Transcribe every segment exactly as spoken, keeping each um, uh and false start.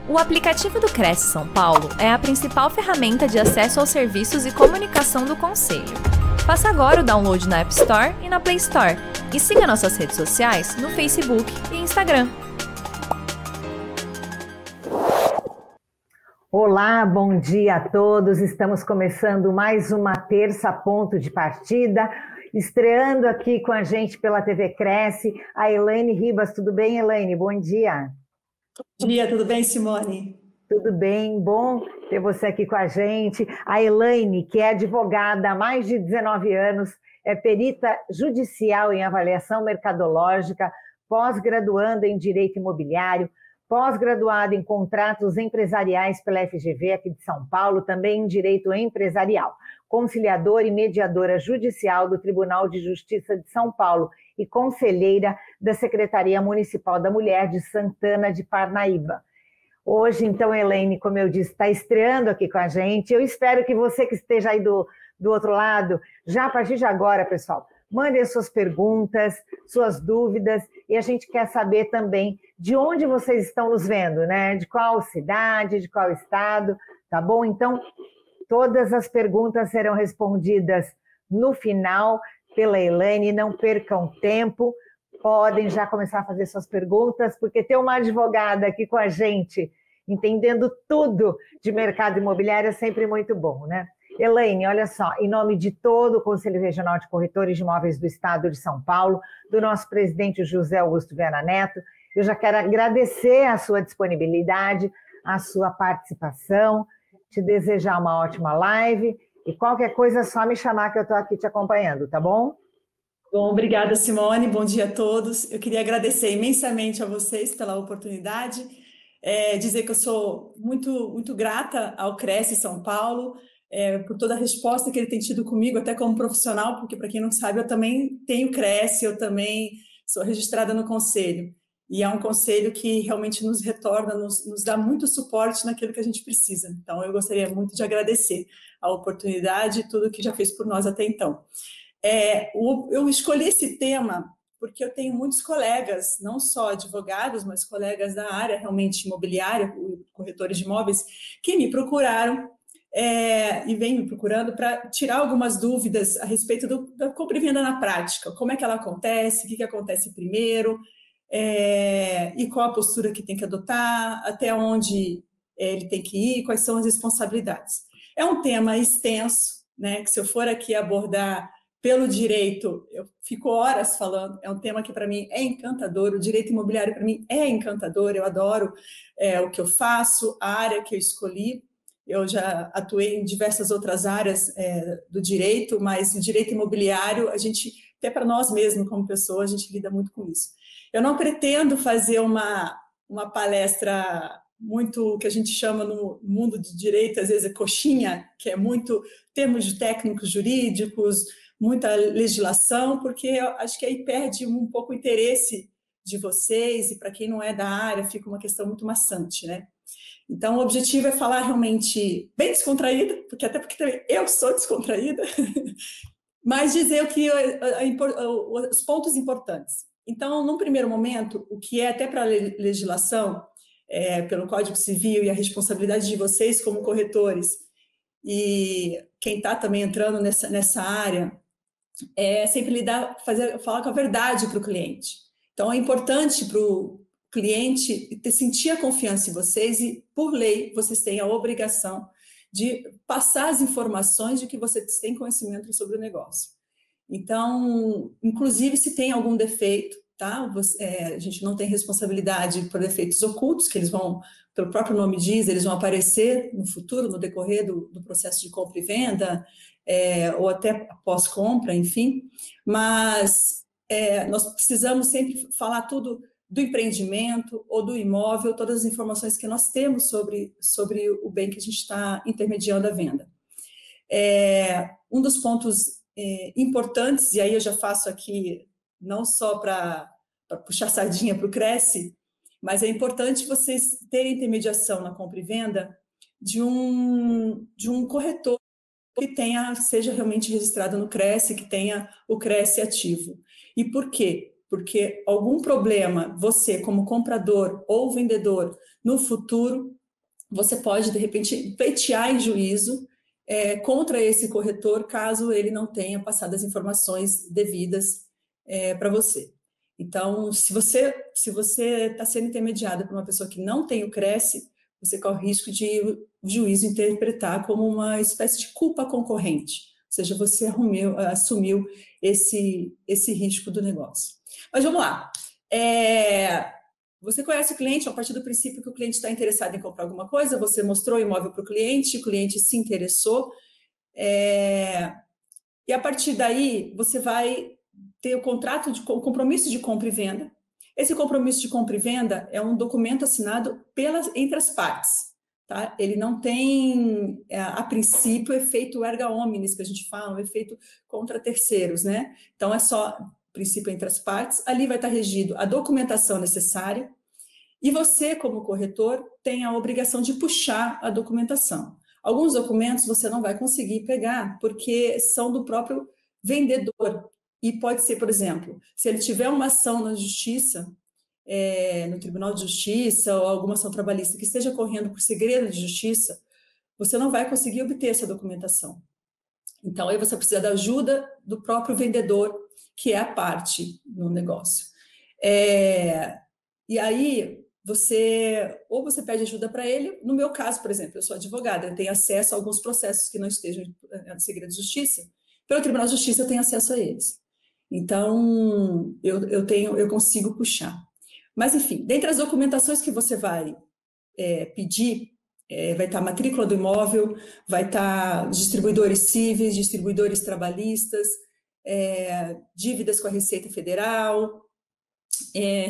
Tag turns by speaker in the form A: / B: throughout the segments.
A: O aplicativo do Cresce São Paulo é a principal ferramenta de acesso aos serviços e comunicação do Conselho. Faça agora o download na App Store e na Play Store. E siga nossas redes sociais no Facebook e Instagram.
B: Olá, bom dia a todos. Estamos começando mais uma terça ponto de partida. Estreando aqui com a gente pela T V Cresce, a Elaine Ribas. Tudo bem, Elaine? Bom dia.
C: Bom dia, tudo bem, Simone?
B: Tudo bem, bom ter você aqui com a gente. A Elaine, que é advogada há mais de dezenove anos, é perita judicial em avaliação mercadológica, pós-graduanda em Direito Imobiliário, pós-graduada em Contratos Empresariais pela F G V aqui de São Paulo, também em Direito Empresarial, conciliadora e mediadora judicial do Tribunal de Justiça de São Paulo e conselheira da Secretaria Municipal da Mulher de Santana de Parnaíba. Hoje, então, Elaine, como eu disse, está estreando aqui com a gente. Eu espero que você que esteja aí do, do outro lado, já a partir de agora, pessoal, mandem as suas perguntas, suas dúvidas, e a gente quer saber também de onde vocês estão nos vendo, né? De qual cidade, de qual estado, tá bom? Então, todas as perguntas serão respondidas no final pela Elaine. Não percam tempo, podem já começar a fazer suas perguntas, porque ter uma advogada aqui com a gente, entendendo tudo de mercado imobiliário, é sempre muito bom, né? Elaine, olha só, em nome de todo o Conselho Regional de Corretores de Imóveis do Estado de São Paulo, do nosso presidente José Augusto Viana Neto, eu já quero agradecer a sua disponibilidade, a sua participação, te desejar uma ótima live, e qualquer coisa é só me chamar que eu estou aqui te acompanhando, tá bom?
C: Bom, obrigada, Simone, bom dia a todos. Eu queria agradecer imensamente a vocês pela oportunidade, é, dizer que eu sou muito, muito grata ao Cresce São Paulo, é, por toda a resposta que ele tem tido comigo, até como profissional, porque, para quem não sabe, eu também tenho Cresce, eu também sou registrada no Conselho. E é um conselho que realmente nos retorna, nos, nos dá muito suporte naquilo que a gente precisa. Então, eu gostaria muito de agradecer a oportunidade e tudo que já fez por nós até então. É, o, eu escolhi esse tema porque eu tenho muitos colegas, não só advogados, mas colegas da área realmente imobiliária, corretores de imóveis, que me procuraram é, e vêm me procurando para tirar algumas dúvidas a respeito do, da compra e venda na prática. Como é que ela acontece, o que, que acontece primeiro, é, e qual a postura que tem que adotar, até onde é, ele tem que ir, quais são as responsabilidades. É um tema extenso, né, que se eu for aqui abordar pelo direito, eu fico horas falando, é um tema que para mim é encantador, o direito imobiliário para mim é encantador, eu adoro é, o que eu faço, a área que eu escolhi, eu já atuei em diversas outras áreas é, do direito, mas o direito imobiliário, a gente, até para nós mesmos como pessoa, a gente lida muito com isso. Eu não pretendo fazer uma, uma palestra muito, que a gente chama no mundo de direito, às vezes é coxinha, que é muito termos técnicos jurídicos, muita legislação, porque eu acho que aí perde um pouco o interesse de vocês, e para quem não é da área, fica uma questão muito maçante, né? Então, o objetivo é falar realmente bem descontraída, porque até porque também eu sou descontraída, mas dizer o que, os pontos importantes. Então, num primeiro momento, o que é até para a legislação, é, pelo Código Civil e a responsabilidade de vocês como corretores, e quem está também entrando nessa, nessa área, é sempre lidar, fazer, falar com a verdade para o cliente. Então, é importante para o cliente ter, sentir a confiança em vocês e, por lei, vocês têm a obrigação de passar as informações de que vocês têm conhecimento sobre o negócio. Então, inclusive, se tem algum defeito, tá? Você, é, a gente não tem responsabilidade por defeitos ocultos, que eles vão, pelo próprio nome diz, eles vão aparecer no futuro, no decorrer do, do processo de compra e venda, é, ou até pós-compra, enfim. Mas é, nós precisamos sempre falar tudo do empreendimento ou do imóvel, todas as informações que nós temos sobre, sobre o bem que a gente está intermediando a venda. É, um dos pontos é, importantes, e aí eu já faço aqui, não só para puxar sardinha para o Cresce, mas é importante vocês terem intermediação na compra e venda de um, de um corretor que tenha, seja realmente registrado no Cresce, que tenha o Cresce ativo. E por quê? porque algum problema, você como comprador ou vendedor, no futuro, você pode, de repente, pleitear em juízo é, contra esse corretor, caso ele não tenha passado as informações devidas é, para você. Então, se você se você está sendo intermediado por uma pessoa que não tem o Cresce, você corre o risco de o juízo interpretar como uma espécie de culpa concorrente, ou seja, você arrumiu, assumiu esse, esse risco do negócio. Mas vamos lá. É, você conhece o cliente a partir do princípio que o cliente está interessado em comprar alguma coisa, você mostrou o imóvel para o cliente, o cliente se interessou, é, e a partir daí você vai ter o contrato de o compromisso de compra e venda. Esse compromisso de compra e venda é um documento assinado pelas, entre as partes. Tá? Ele não tem, a princípio, efeito erga omnes, que a gente fala, um efeito contra terceiros, né? Então, é só princípio entre as partes. Ali vai estar regido a documentação necessária e você, como corretor, tem a obrigação de puxar a documentação. Alguns documentos você não vai conseguir pegar porque são do próprio vendedor. E pode ser, por exemplo, se ele tiver uma ação na justiça, é, no Tribunal de Justiça ou alguma ação trabalhista que esteja correndo por segredo de justiça, você não vai conseguir obter essa documentação. Então, aí você precisa da ajuda do próprio vendedor, que é a parte no negócio. É, e aí, você, ou você pede ajuda para ele, no meu caso, por exemplo, eu sou advogada, eu tenho acesso a alguns processos que não estejam no segredo de justiça, pelo Tribunal de Justiça eu tenho acesso a eles. Então, eu, eu, tenho, eu consigo puxar. Mas, enfim, dentre as documentações que você vai é, pedir, é, vai estar a matrícula do imóvel, vai estar distribuidores cíveis, distribuidores trabalhistas, é, dívidas com a Receita Federal, é,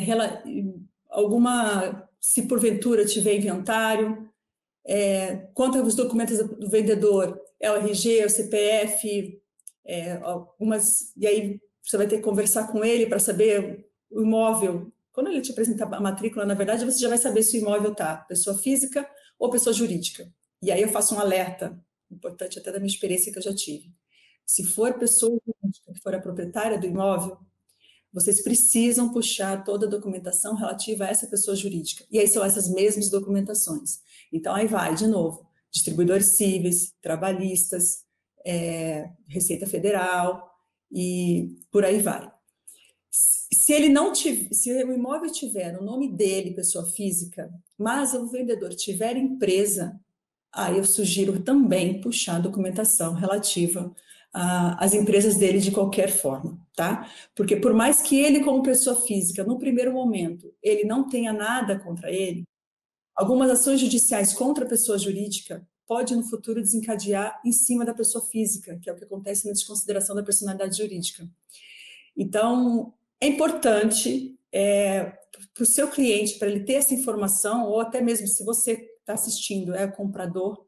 C: alguma, se porventura tiver inventário, é, quanto aos documentos do vendedor, é o R G, é o C P F, é, algumas, e aí você vai ter que conversar com ele para saber o imóvel. Quando ele te apresentar a matrícula, na verdade, você já vai saber se o imóvel está pessoa física ou pessoa jurídica. E aí eu faço um alerta, importante até da minha experiência que eu já tive. Se for pessoa jurídica que for a proprietária do imóvel, vocês precisam puxar toda a documentação relativa a essa pessoa jurídica. E aí são essas mesmas documentações. Então, aí vai, de novo, distribuidores cíveis, trabalhistas, é, Receita Federal, e por aí vai. Se ele não tiver, se o imóvel tiver o nome dele, pessoa física, mas o vendedor tiver empresa, aí eu sugiro também puxar a documentação relativa às empresas dele de qualquer forma, tá? Porque por mais que ele, como pessoa física, no primeiro momento, ele não tenha nada contra ele, algumas ações judiciais contra a pessoa jurídica pode no futuro desencadear em cima da pessoa física, que é o que acontece na desconsideração da personalidade jurídica. Então, é importante é, para o seu cliente, para ele ter essa informação, ou até mesmo se você está assistindo, é comprador,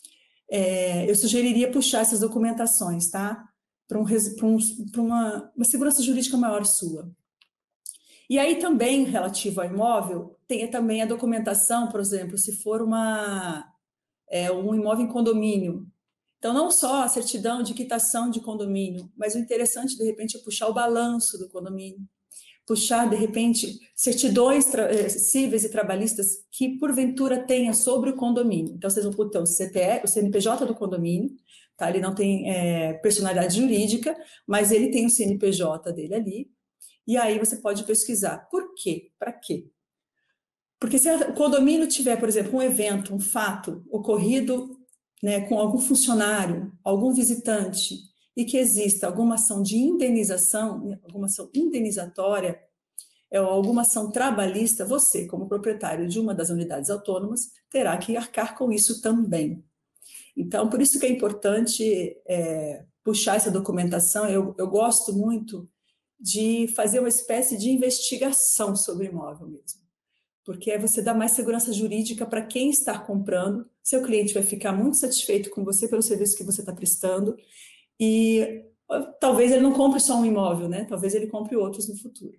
C: é, eu sugeriria puxar essas documentações, tá? Para um, um, uma, uma segurança jurídica maior sua. E aí também, relativo ao imóvel, tem também a documentação, por exemplo, se for uma... É, um imóvel em condomínio. Então, não só a certidão de quitação de condomínio, mas o interessante, de repente, é puxar o balanço do condomínio, puxar, de repente, certidões cíveis e trabalhistas que, porventura, tenha sobre o condomínio. Então, vocês vão botar o C P F, o C N P J do condomínio, tá? Ele não tem é, personalidade jurídica, mas ele tem o C N P J dele ali, e aí você pode pesquisar. Por quê? Para quê? Porque se o condomínio tiver, por exemplo, um evento, um fato ocorrido, né, com algum funcionário, algum visitante, e que exista alguma ação de indenização, alguma ação indenizatória, ou alguma ação trabalhista, você, como proprietário de uma das unidades autônomas, terá que arcar com isso também. Então, por isso que é importante é, puxar essa documentação. Eu, eu gosto muito de fazer uma espécie de investigação sobre o imóvel mesmo. Porque você dá mais segurança jurídica para quem está comprando, seu cliente vai ficar muito satisfeito com você pelo serviço que você está prestando, e talvez ele não compre só um imóvel, né? Talvez ele compre outros no futuro.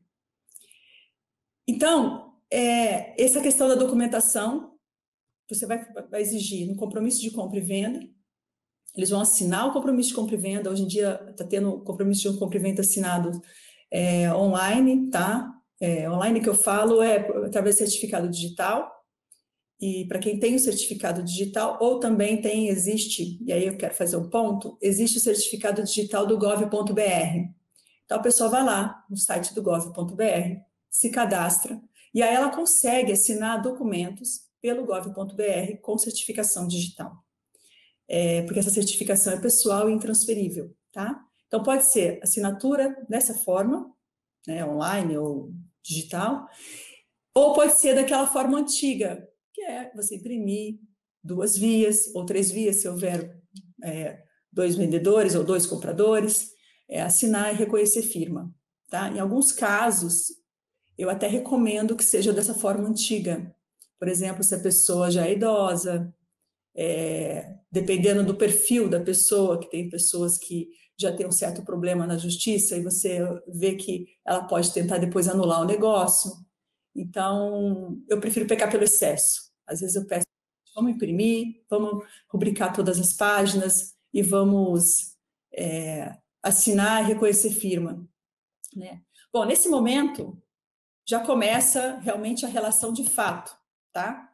C: Então, é, essa questão da documentação, você vai, vai exigir no compromisso de compra e venda, eles vão assinar o compromisso de compra e venda, hoje em dia está tendo o compromisso de compra e venda assinado é, online, tá? É, online que eu falo é através de certificado digital, e para quem tem o certificado digital, ou também tem, existe, e aí eu quero fazer um ponto, existe o certificado digital do gov ponto br. Então a pessoa vai lá no site do gov ponto br, se cadastra, e aí ela consegue assinar documentos pelo gov ponto br com certificação digital. É, porque essa certificação é pessoal e intransferível, tá? Então pode ser assinatura dessa forma, né, online ou digital, ou pode ser daquela forma antiga, que é você imprimir duas vias ou três vias, se houver é, dois vendedores ou dois compradores, é, assinar e reconhecer firma, tá? Em alguns casos, eu até recomendo que seja dessa forma antiga. Por exemplo, se a pessoa já é idosa, é, dependendo do perfil da pessoa, que tem pessoas que já têm um certo problema na justiça e você vê que ela pode tentar depois anular o negócio. Então, eu prefiro pecar pelo excesso. Às vezes eu peço, vamos imprimir, vamos rubricar todas as páginas e vamos é, assinar e reconhecer firma, né? Bom, nesse momento, já começa realmente a relação de fato, tá?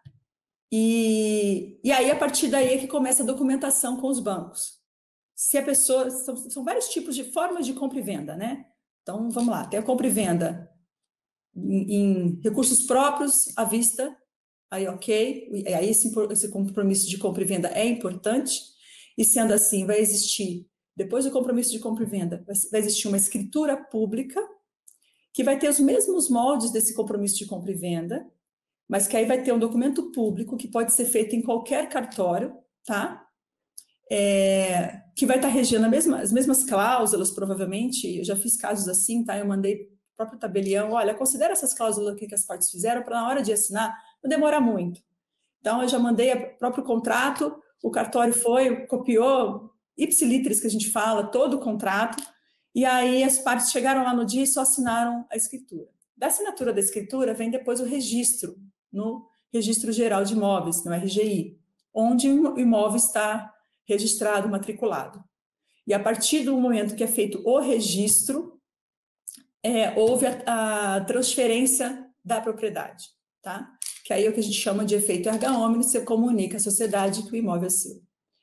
C: E, e aí, a partir daí é que começa a documentação com os bancos. Se a pessoa... São, são vários tipos de formas de compra e venda, né? Então, vamos lá. Tem a compra e venda em, em recursos próprios, à vista, aí ok. E aí esse, esse compromisso de compra e venda é importante. E sendo assim, vai existir, depois do compromisso de compra e venda, vai, vai existir uma escritura pública que vai ter os mesmos moldes desse compromisso de compra e venda, mas que aí vai ter um documento público que pode ser feito em qualquer cartório, tá? É, que vai estar regendo a mesma, as mesmas cláusulas, provavelmente. Eu já fiz casos assim, tá? Eu mandei o próprio tabelião, olha, considera essas cláusulas aqui que as partes fizeram para na hora de assinar não demorar muito. Então, eu já mandei o próprio contrato, o cartório foi, copiou, ipsiliteris que a gente fala, todo o contrato, e aí as partes chegaram lá no dia e só assinaram a escritura. Da assinatura da escritura vem depois o registro, no Registro Geral de Imóveis, no R G I, onde o imóvel está registrado, matriculado. E a partir do momento que é feito o registro, é, houve a, a transferência da propriedade, tá? Que aí é o que a gente chama de efeito erga omnes, você comunica à sociedade que o imóvel é seu.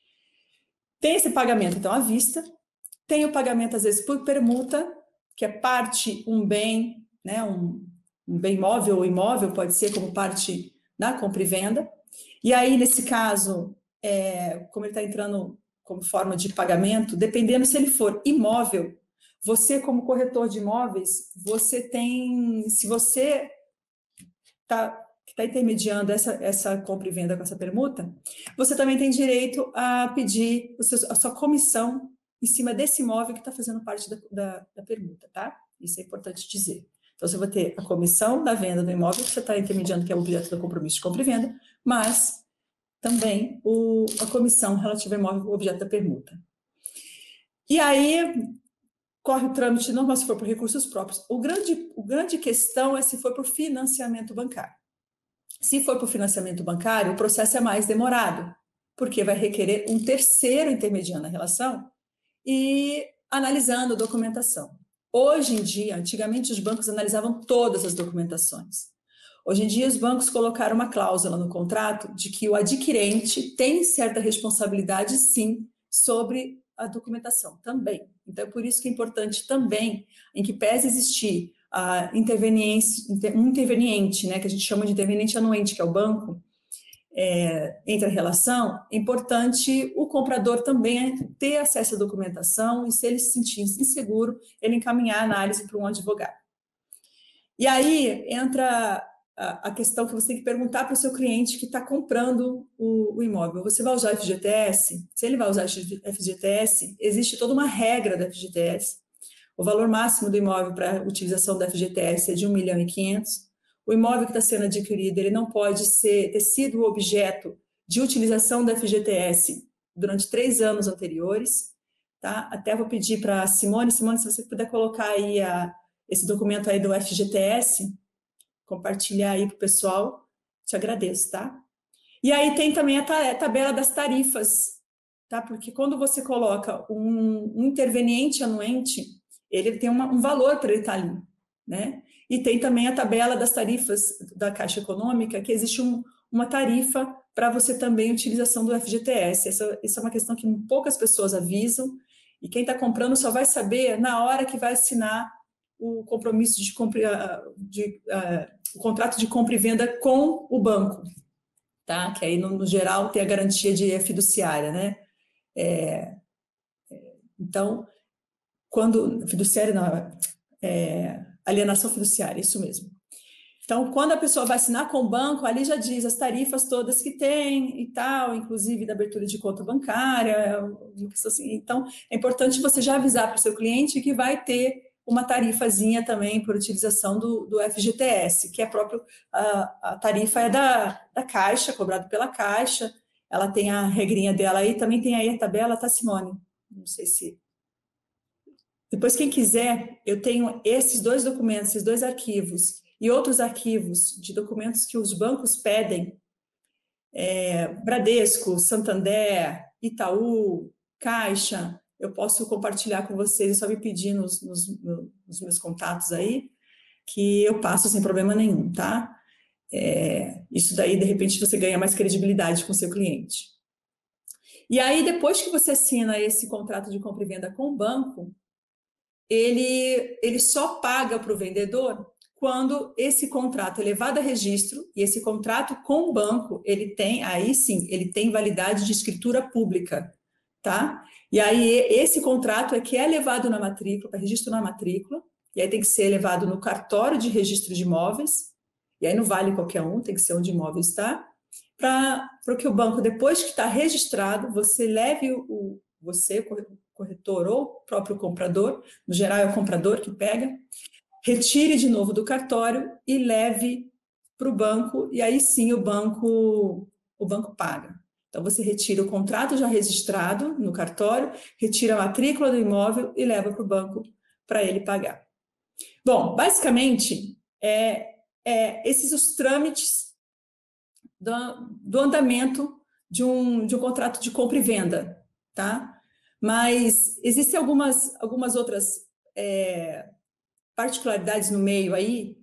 C: Tem esse pagamento, então, à vista, tem o pagamento, às vezes, por permuta, que é parte, um bem, né, um, um bem móvel ou imóvel, pode ser como parte da compra e venda. E aí, nesse caso, é, como ele está entrando como forma de pagamento, dependendo se ele for imóvel, você, como corretor de imóveis, você tem, se você está está intermediando essa, essa compra e venda com essa permuta, você também tem direito a pedir o seu, a sua comissão em cima desse imóvel que está fazendo parte da, da, da permuta, tá? Isso é importante dizer. Então, você vai ter a comissão da venda do imóvel que você está intermediando, que é o objeto do compromisso de compra e venda, mas também o, a comissão relativa ao imóvel, o objeto da permuta. E aí, corre o trâmite normal se for por recursos próprios. O grande, o grande questão é se for por financiamento bancário. Se for por financiamento bancário, o processo é mais demorado, porque vai requerer um terceiro intermediando a relação e analisando a documentação. Hoje em dia, antigamente os bancos analisavam todas as documentações. Hoje em dia os bancos colocaram uma cláusula no contrato de que o adquirente tem certa responsabilidade, sim, sobre a documentação também. Então é por isso que é importante também, em que pese existir a interveniência, um interveniente, né, que a gente chama de interveniente anuente, que é o banco, é, entre a relação, é importante o comprador também ter acesso à documentação e, se ele se sentir inseguro, ele encaminhar a análise para um advogado. E aí entra a, a questão que você tem que perguntar para o seu cliente que está comprando o, o imóvel. Você vai usar F G T S? Se ele vai usar F G T S, existe toda uma regra da F G T S. O valor máximo do imóvel para utilização da F G T S é de um milhão e quinhentos. O imóvel que está sendo adquirido, ele não pode ser, ter sido objeto de utilização da F G T S durante três anos anteriores, tá? Até vou pedir para a Simone, Simone, se você puder colocar aí a, esse documento aí do F G T S, compartilhar aí para o pessoal, te agradeço, tá? E aí tem também a tabela das tarifas, tá? Porque quando você coloca um, um interveniente anuente, ele tem uma, um valor para ele estar ali, né? E tem também a tabela das tarifas da Caixa Econômica, que existe um, uma tarifa para você também utilização do F G T S. Essa, essa é uma questão que poucas pessoas avisam, e quem está comprando só vai saber na hora que vai assinar o compromisso de compra, de, uh, o contrato de compra e venda com o banco, tá? Que aí, no, no geral, tem a garantia de fiduciária, né? É, então, quando... Fiduciária não, é, alienação fiduciária, isso mesmo. Então, quando a pessoa vai assinar com o banco, ali já diz as tarifas todas que tem e tal, inclusive da abertura de conta bancária, uma questão assim. Então, é importante você já avisar para o seu cliente que vai ter uma tarifazinha também por utilização do, do F G T S, que é próprio, a, a tarifa é da, da Caixa, cobrado pela Caixa, ela tem a regrinha dela aí, também tem aí a tabela, tá, Simone? Não sei se... Depois, quem quiser, eu tenho esses dois documentos, esses dois arquivos, e outros arquivos de documentos que os bancos pedem, é, Bradesco, Santander, Itaú, Caixa, eu posso compartilhar com vocês, é só me pedir nos, nos, nos meus contatos aí, que eu passo sem problema nenhum, tá? É, isso daí, de repente, você ganha mais credibilidade com o seu cliente. E aí, depois que você assina esse contrato de compra e venda com o banco, ele, ele só paga para o vendedor quando esse contrato é levado a registro, e esse contrato com o banco, ele tem, aí sim, ele tem validade de escritura pública, tá? E aí esse contrato é que é levado na matrícula, para registro na matrícula, e aí tem que ser levado no cartório de registro de imóveis, e aí não vale qualquer um, tem que ser onde o imóvel está, para que o banco, depois que está registrado, você leve o, você, corretor ou o próprio comprador, no geral é o comprador que pega, retire de novo do cartório e leve para o banco, e aí sim o banco, o banco paga. Então, você retira o contrato já registrado no cartório, retira a matrícula do imóvel e leva para o banco para ele pagar. Bom, basicamente, é, é esses os trâmites do, do andamento de um, de um contrato de compra e venda, tá? Mas existem algumas, algumas outras é, particularidades no meio aí,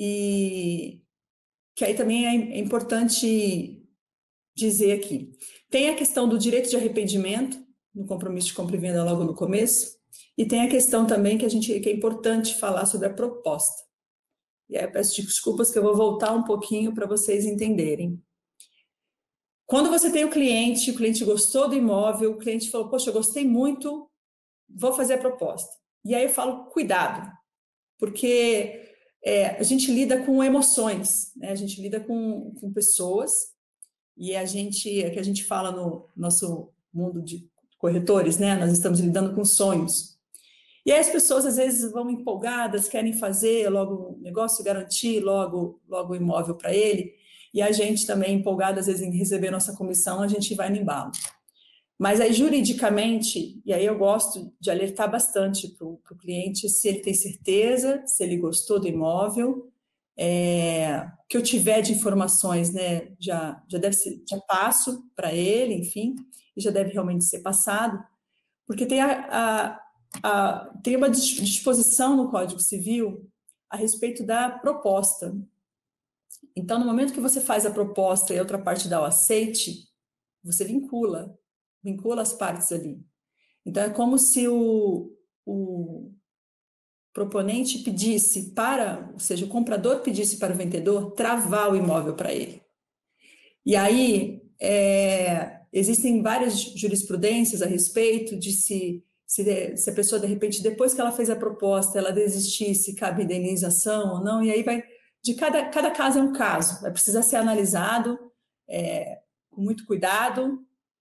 C: e que aí também é, é importante dizer aqui. Tem a questão do direito de arrependimento, no compromisso de compra e venda logo no começo, e tem a questão também que, a gente, que é importante falar sobre a proposta. E aí eu peço desculpas que eu vou voltar um pouquinho para vocês entenderem. Quando você tem o cliente, o cliente gostou do imóvel, o cliente falou, poxa, eu gostei muito, vou fazer a proposta. E aí eu falo, cuidado, porque é, a gente lida com emoções, né? A gente lida com, com pessoas, e a gente, é que a gente fala no nosso mundo de corretores, né? Nós estamos lidando com sonhos. E aí as pessoas, às vezes, vão empolgadas, querem fazer logo o negócio, garantir logo, logo o imóvel para ele, e a gente também, empolgada, às vezes, em receber nossa comissão, a gente vai no embalo. Mas aí, juridicamente, e aí eu gosto de alertar bastante para o cliente se ele tem certeza, se ele gostou do imóvel, é, que eu tiver de informações, né, já, já deve ser, já passo para ele, enfim, e já deve realmente ser passado, porque tem, a, a, a, tem uma disposição no Código Civil a respeito da proposta. Então, no momento que você faz a proposta e a outra parte dá o aceite, você vincula, vincula as partes ali. Então, é como se o, o proponente pedisse para, ou seja, o comprador pedisse para o vendedor travar o imóvel para ele. E aí, é, existem várias jurisprudências a respeito de se, se, se a pessoa, de repente, depois que ela fez a proposta, ela desistisse, cabe indenização ou não, e aí vai... De cada, cada caso é um caso, vai precisar ser analisado é, com muito cuidado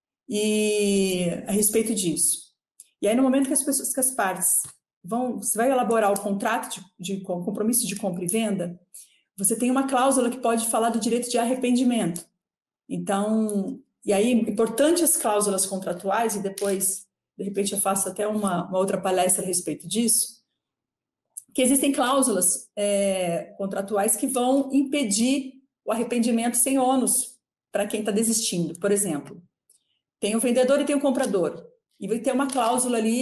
C: e a respeito disso. E aí, no momento que as pessoas, que as partes vão, você vai elaborar o contrato de, de compromisso de compra e venda, você tem uma cláusula que pode falar do direito de arrependimento. Então, e aí, importante as cláusulas contratuais, e depois, de repente, eu faço até uma, uma outra palestra a respeito disso, que existem cláusulas é, contratuais que vão impedir o arrependimento sem ônus para quem está desistindo. Por exemplo, tem o vendedor e tem o comprador, e vai ter uma cláusula ali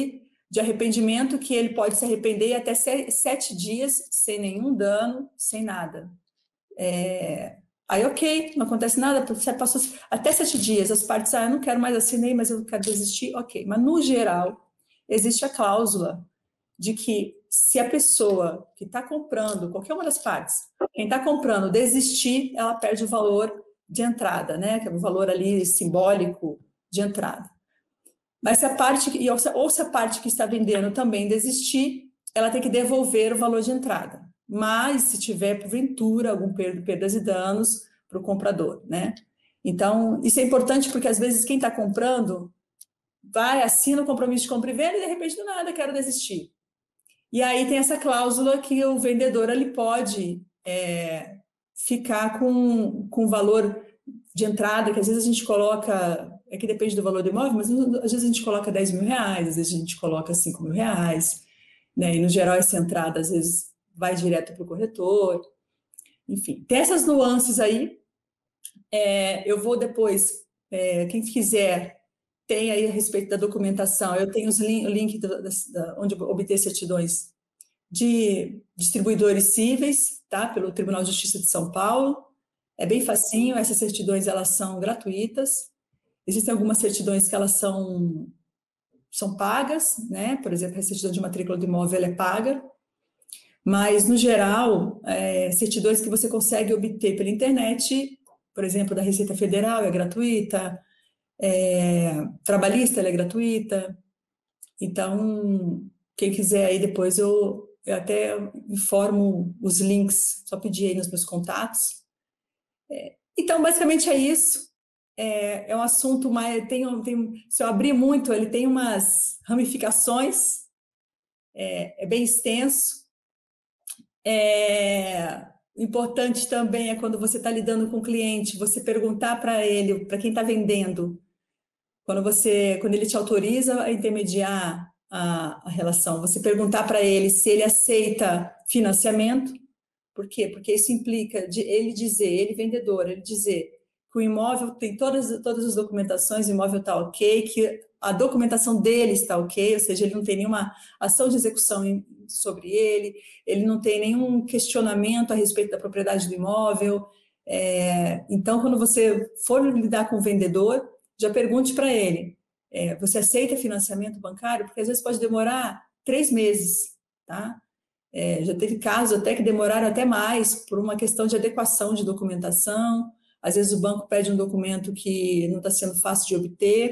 C: de arrependimento, que ele pode se arrepender até sete dias, sem nenhum dano, sem nada. É, aí, ok, não acontece nada, porque passou até sete dias, as partes, ah, eu não quero mais assinei, mas eu quero desistir, ok. Mas, no geral, existe a cláusula de que se a pessoa que está comprando, qualquer uma das partes, quem está comprando desistir, ela perde o valor de entrada, né? Que é o valor ali simbólico de entrada. Mas se a parte, ou se a parte que está vendendo também desistir, ela tem que devolver o valor de entrada. Mas se tiver, porventura, algum perda, perdas e danos para o comprador, né? Então, isso é importante porque, às vezes, quem está comprando vai, assina o compromisso de compra e venda e, de repente, do nada, quero desistir. E aí tem essa cláusula que o vendedor ele pode é, ficar com, com valor de entrada, que às vezes a gente coloca, é que depende do valor do imóvel, mas às vezes a gente coloca dez mil reais, às vezes a gente coloca cinco mil reais, né? E no geral essa entrada às vezes vai direto para o corretor, enfim. Tem essas nuances aí, é, eu vou depois, é, quem quiser, tem aí a respeito da documentação, eu tenho os link, o link da, da, onde obter certidões de distribuidores cíveis, tá? Pelo Tribunal de Justiça de São Paulo. É bem facinho, essas certidões elas são gratuitas. Existem algumas certidões que elas são, são pagas, né? Por exemplo, a certidão de matrícula do imóvel ela é paga, mas, no geral, é, certidões que você consegue obter pela internet, por exemplo, da Receita Federal é gratuita, é, trabalhista ela é gratuita. Então, quem quiser aí depois eu, eu até informo os links, só pedir aí nos meus contatos. É, então, basicamente é isso. É, é um assunto mais, tem, tem, se eu abrir muito, ele tem umas ramificações, é, é bem extenso. É, importante também é quando você está lidando com o cliente, você perguntar para ele, para quem está vendendo, quando, você, quando ele te autoriza a intermediar a, a relação, você perguntar para ele se ele aceita financiamento. Por quê? Porque isso implica de ele dizer, ele vendedor, ele dizer que o imóvel tem todas, todas as documentações, o imóvel está ok, que a documentação dele está ok, ou seja, ele não tem nenhuma ação de execução sobre ele, ele não tem nenhum questionamento a respeito da propriedade do imóvel. É, então, quando você for lidar com o vendedor, já pergunte para ele, é, você aceita financiamento bancário? Porque às vezes pode demorar três meses, tá? É, já teve casos até que demoraram até mais por uma questão de adequação de documentação. Às vezes o banco pede um documento que não está sendo fácil de obter.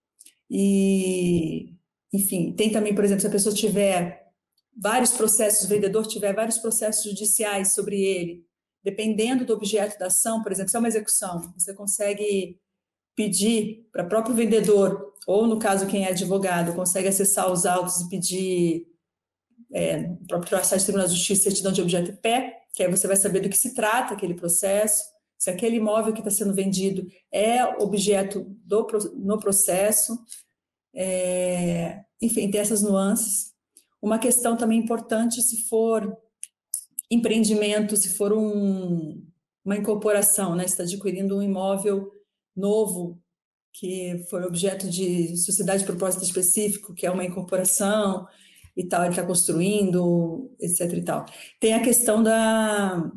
C: E, enfim, tem também, por exemplo, se a pessoa tiver vários processos, o vendedor tiver vários processos judiciais sobre ele, dependendo do objeto da ação, por exemplo, se é uma execução, você consegue pedir para o próprio vendedor, ou no caso quem é advogado, consegue acessar os autos e pedir é, o próprio site do Tribunal de Justiça, certidão de objeto e pé, que aí você vai saber do que se trata aquele processo, se aquele imóvel que está sendo vendido é objeto do, no processo, é, enfim, tem essas nuances. Uma questão também importante, se for empreendimento, se for um, uma incorporação, né, você está adquirindo um imóvel novo, que foi objeto de sociedade de propósito específico, que é uma incorporação e tal, ele está construindo, etc e tal. Tem a questão da,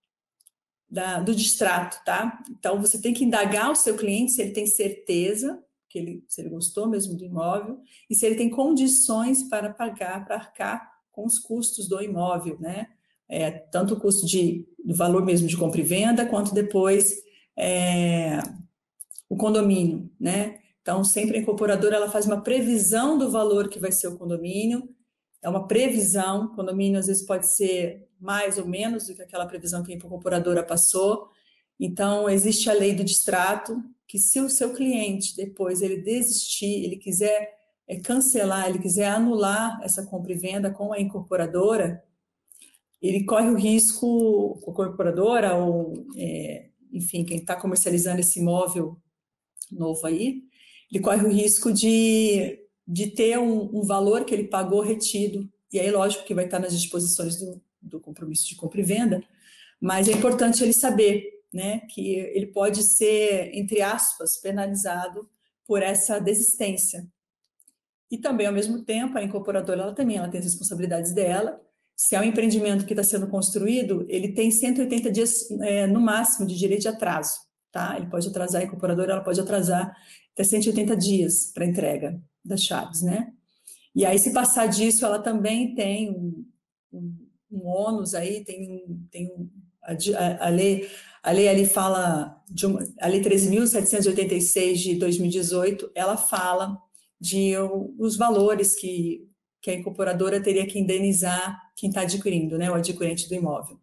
C: da, do distrato, tá? Então, você tem que indagar o seu cliente se ele tem certeza, que ele, se ele gostou mesmo do imóvel, e se ele tem condições para pagar, para arcar com os custos do imóvel, né? É, tanto o custo de, do valor mesmo de compra e venda, quanto depois é, o condomínio, né? Então, sempre a incorporadora ela faz uma previsão do valor que vai ser o condomínio, é uma previsão, o condomínio às vezes pode ser mais ou menos do que aquela previsão que a incorporadora passou. Então, existe a lei do distrato, que se o seu cliente depois ele desistir, ele quiser é, cancelar, ele quiser anular essa compra e venda com a incorporadora, ele corre o risco, a incorporadora ou, é, enfim, quem está comercializando esse imóvel novo aí, ele corre o risco de, de ter um, um valor que ele pagou retido, e aí lógico que vai estar nas disposições do, do compromisso de compra e venda, mas é importante ele saber, né, que ele pode ser, entre aspas, penalizado por essa desistência. E também, ao mesmo tempo, a incorporadora ela também ela tem as responsabilidades dela. Se é um empreendimento que está sendo construído, ele tem cento e oitenta dias é, no máximo de direito de atraso, tá? Ele pode atrasar, a incorporadora ela pode atrasar até cento e oitenta dias para entrega das chaves, né? E aí, se passar disso, ela também tem um, um, um ônus aí, tem, tem um, a, a, lei, a lei ali fala, de uma, a lei treze mil setecentos e oitenta e seis de dois mil e dezoito, ela fala de os valores que, que a incorporadora teria que indenizar quem está adquirindo, né, o adquirente do imóvel.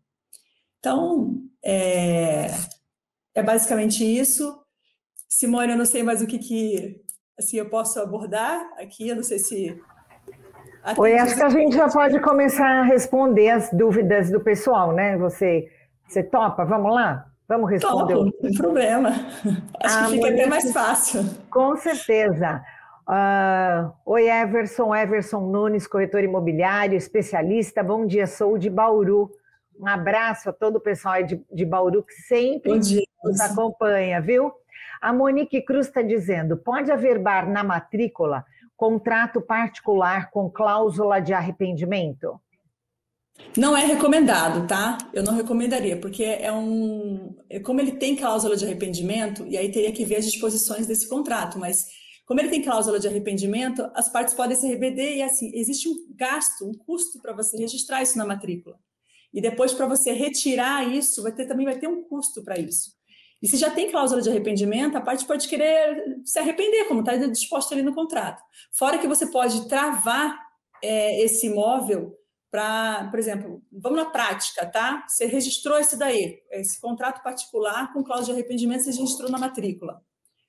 C: Então, é, é basicamente isso. Simone, eu não sei mais o que, que assim, eu posso abordar aqui, eu não sei se...
B: Oi, acho que a gente já pode começar a responder as dúvidas do pessoal, né? Você, você topa? Vamos lá? Vamos responder?
C: Topo, não tem problema. Acho ah, que fica até mais fácil.
B: Com certeza. Uh, oi, Everson, Everson Nunes, corretor imobiliário, especialista. Bom dia, sou de Bauru. Um abraço a todo o pessoal de, de Bauru que sempre
C: dia,
B: nos acompanha, viu? A Monique Cruz está dizendo, pode averbar na matrícula contrato particular com cláusula de arrependimento?
C: Não é recomendado, tá? Eu não recomendaria, porque é um... Como ele tem cláusula de arrependimento, e aí teria que ver as disposições desse contrato, mas como ele tem cláusula de arrependimento, as partes podem se arrepender e, assim, existe um gasto, um custo para você registrar isso na matrícula. E depois, para você retirar isso, vai ter, também vai ter um custo para isso. E se já tem cláusula de arrependimento, a parte pode querer se arrepender, como está disposto ali no contrato. Fora que você pode travar é, esse imóvel para, por exemplo, vamos na prática, tá? Você registrou esse daí, esse contrato particular com cláusula de arrependimento, você registrou na matrícula.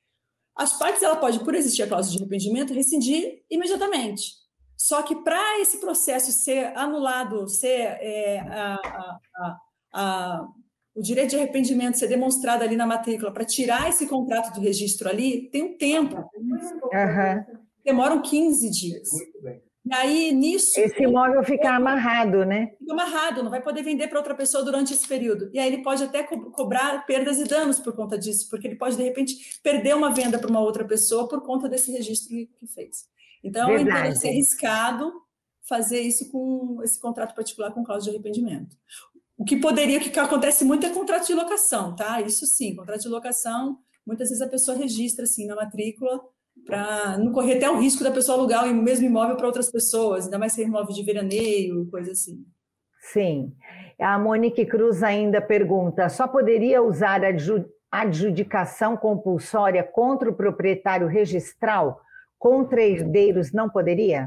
C: As partes, ela pode, por existir a cláusula de arrependimento, rescindir imediatamente. Só que para esse processo ser anulado, ser é, a, a, a, a o direito de arrependimento ser demonstrado ali na matrícula para tirar esse contrato do registro ali, tem um tempo.
B: Uhum.
C: Demoram quinze dias. E aí, nisso...
B: Esse imóvel fica amarrado, né?
C: Fica amarrado, não vai poder vender para outra pessoa durante esse período. E aí ele pode até co- cobrar perdas e danos por conta disso, porque ele pode, de repente, perder uma venda para uma outra pessoa por conta desse registro que fez. Então, entendo ser arriscado fazer isso com esse contrato particular com cláusula de arrependimento. O que poderia, o que acontece muito é contrato de locação, tá? Isso sim, contrato de locação, muitas vezes a pessoa registra assim na matrícula para não correr até o risco da pessoa alugar o mesmo imóvel para outras pessoas, ainda mais ser imóvel de veraneio, coisa assim.
B: Sim. A Monique Cruz ainda pergunta, só poderia usar a adjudicação compulsória contra o proprietário registral? Contra herdeiros não poderia?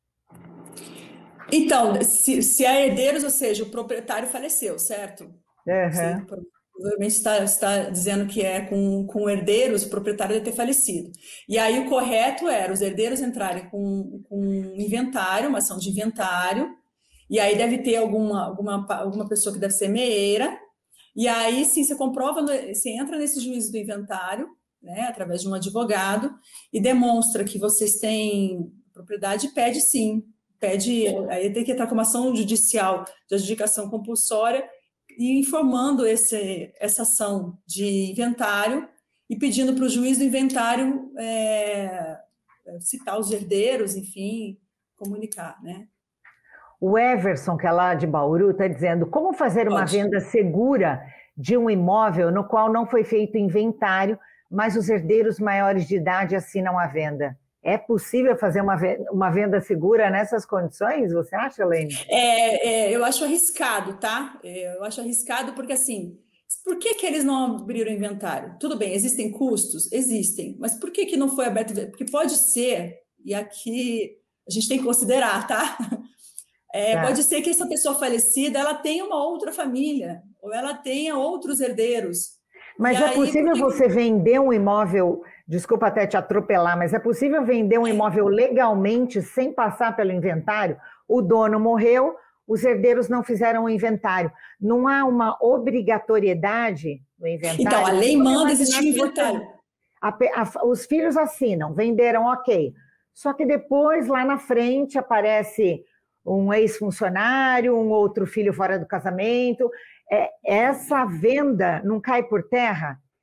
C: Então, se, se há herdeiros, ou seja, o proprietário faleceu, certo?
B: Uhum.
C: Você provavelmente está, está dizendo que é com, com herdeiros, o proprietário deve ter falecido. E aí o correto era os herdeiros entrarem com, com um inventário, uma ação de inventário, e aí deve ter alguma, alguma, alguma pessoa que deve ser meeira, e aí sim, você comprova, você entra nesse juízo do inventário, né, através de um advogado, e demonstra que vocês têm propriedade e pede sim, pede, aí tem que entrar com uma ação judicial de adjudicação compulsória e informando esse, essa ação de inventário e pedindo para o juiz do inventário é, citar os herdeiros, enfim, comunicar, né?
B: O Everson, que é lá de Bauru, está dizendo como fazer uma
C: Pode.
B: venda segura de um imóvel no qual não foi feito inventário, mas os herdeiros maiores de idade assinam a venda. É possível fazer uma venda, uma venda segura nessas condições, você acha, Elaine?
C: É, é, eu acho arriscado, tá? É, eu acho arriscado porque, assim, por que que eles não abriram inventário? Tudo bem, existem custos? Existem. Mas por que que não foi aberto? Porque pode ser, e aqui a gente tem que considerar, tá? É,
B: Tá.
C: Pode ser que essa pessoa falecida, ela tenha uma outra família, ou ela tenha outros herdeiros.
B: Mas
C: E
B: é
C: aí,
B: possível
C: porque-
B: você vender um imóvel, desculpa até te atropelar, mas é possível vender um imóvel legalmente sem passar pelo inventário? O dono morreu, os herdeiros não fizeram o inventário. Não há uma obrigatoriedade no inventário?
C: Então, a lei
B: Vamos
C: manda
B: imaginar
C: existir o
B: que você-
C: inventário.
B: a pe- a- os filhos assinam, venderam, ok. Só que depois, lá na frente, aparece um ex-funcionário, um outro filho fora do casamento. É, essa venda não cai por terra?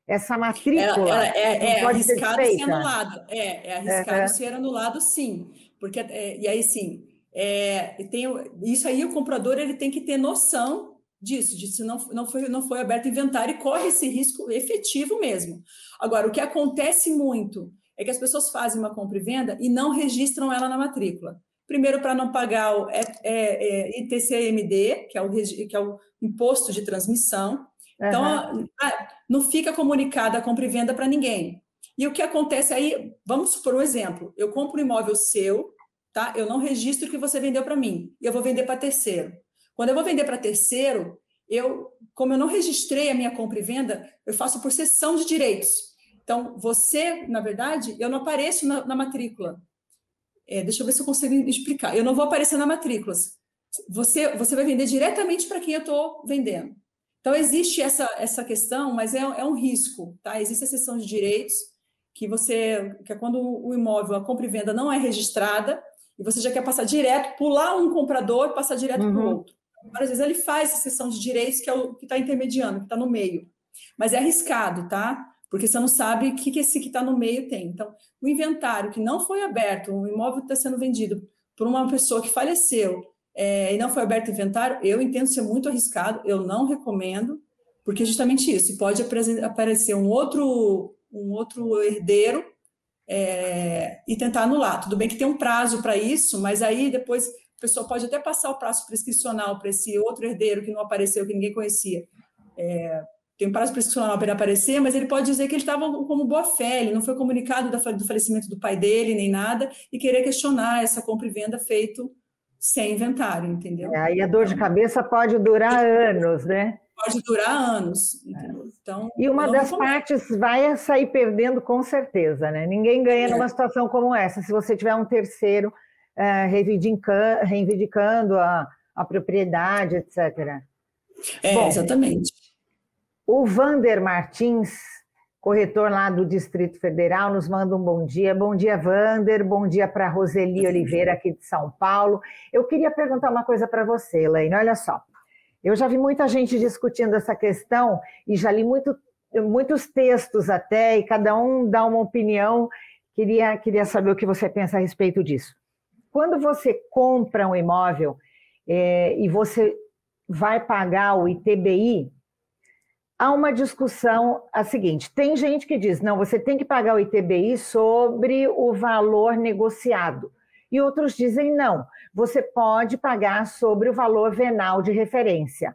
B: essa
C: Ela,
B: matrícula
C: ela é,
B: não
C: é
B: pode ser
C: arriscado ser
B: desfeita?
C: anulado. É, é arriscado
B: Aham.
C: ser anulado, sim. Porque, é, e aí, sim, é, tem, o- isso aí o comprador ele tem que ter noção disso, disso não, não foi, não foi aberto inventário e corre esse risco efetivo mesmo. Agora, o que acontece muito é que as pessoas fazem uma compra e venda e não registram ela na matrícula. Primeiro, para não pagar o é, é, é, I T C M D, que é, o, regi- que é o imposto de transmissão. Então,
B: Aham.
C: a- não fica comunicada a compra e venda para ninguém. E o que acontece aí, vamos supor um exemplo, eu compro um imóvel seu, tá? Eu não registro o que você vendeu para mim, e eu vou vender para terceiro. Quando eu vou vender para terceiro, eu, como eu não registrei a minha compra e venda, eu faço por cessão de direitos. Então, você, na verdade, eu não apareço na, na matrícula. É, deixa eu ver se eu consigo explicar. Eu não vou aparecer na matrícula. Você, você vai vender diretamente para quem eu estou vendendo. Então, existe essa, essa questão, mas é, é um risco, tá? Existe a cessão de direitos, que você, que é quando o imóvel, a compra e venda não é registrada, e você já quer passar direto, pular um comprador, passar direto para o
B: Uhum.
C: outro. Às vezes ele faz essa cessão de direitos, que é o que está intermediando, que está no meio. Mas é arriscado, tá? Porque você não sabe o que, que esse que está no meio tem. Então, o inventário que não foi aberto, o imóvel que está sendo vendido por uma pessoa que faleceu, é, e não foi aberto inventário, eu entendo ser muito arriscado, eu não recomendo, porque justamente isso, pode aparecer um outro, um outro herdeiro é, e tentar anular. Tudo bem que tem um prazo para isso, mas aí depois a pessoa pode até passar o prazo prescricional para esse outro herdeiro que não apareceu, que ninguém conhecia. É, tem um prazo prescricional para ele aparecer, mas ele pode dizer que ele estava como boa fé, ele não foi comunicado do falecimento do pai dele, nem nada, e querer questionar essa compra e venda feito sem inventário, entendeu?
B: É, aí a dor de
C: Então,
B: cabeça pode durar anos, né?
C: pode durar anos, entendeu? Então,
B: E
C: eu
B: uma
C: não
B: das
C: recomendo.
B: partes vai sair perdendo com certeza, né? Ninguém ganha numa
C: É,
B: situação como essa. Se você tiver um terceiro eh, reivindica- reivindicando a, a propriedade, etcétera.
C: é,
B: Bom,
C: exatamente.
B: o Vander Martins, corretor lá do Distrito Federal, nos manda um bom dia. Bom dia, Vander. Bom dia para Roseli Oliveira, aqui de São Paulo. Eu queria perguntar uma coisa para você, Elaine. Olha só. Eu já vi muita gente discutindo essa questão e já li muito, muitos textos até, e cada um dá uma opinião. Queria, queria saber o que você pensa a respeito disso. Quando você compra um imóvel é, e você vai pagar o I T B I, há uma discussão a seguinte, tem gente que diz, não, você tem que pagar o I T B I sobre o valor negociado. E outros dizem, não, você pode pagar sobre o valor venal de referência.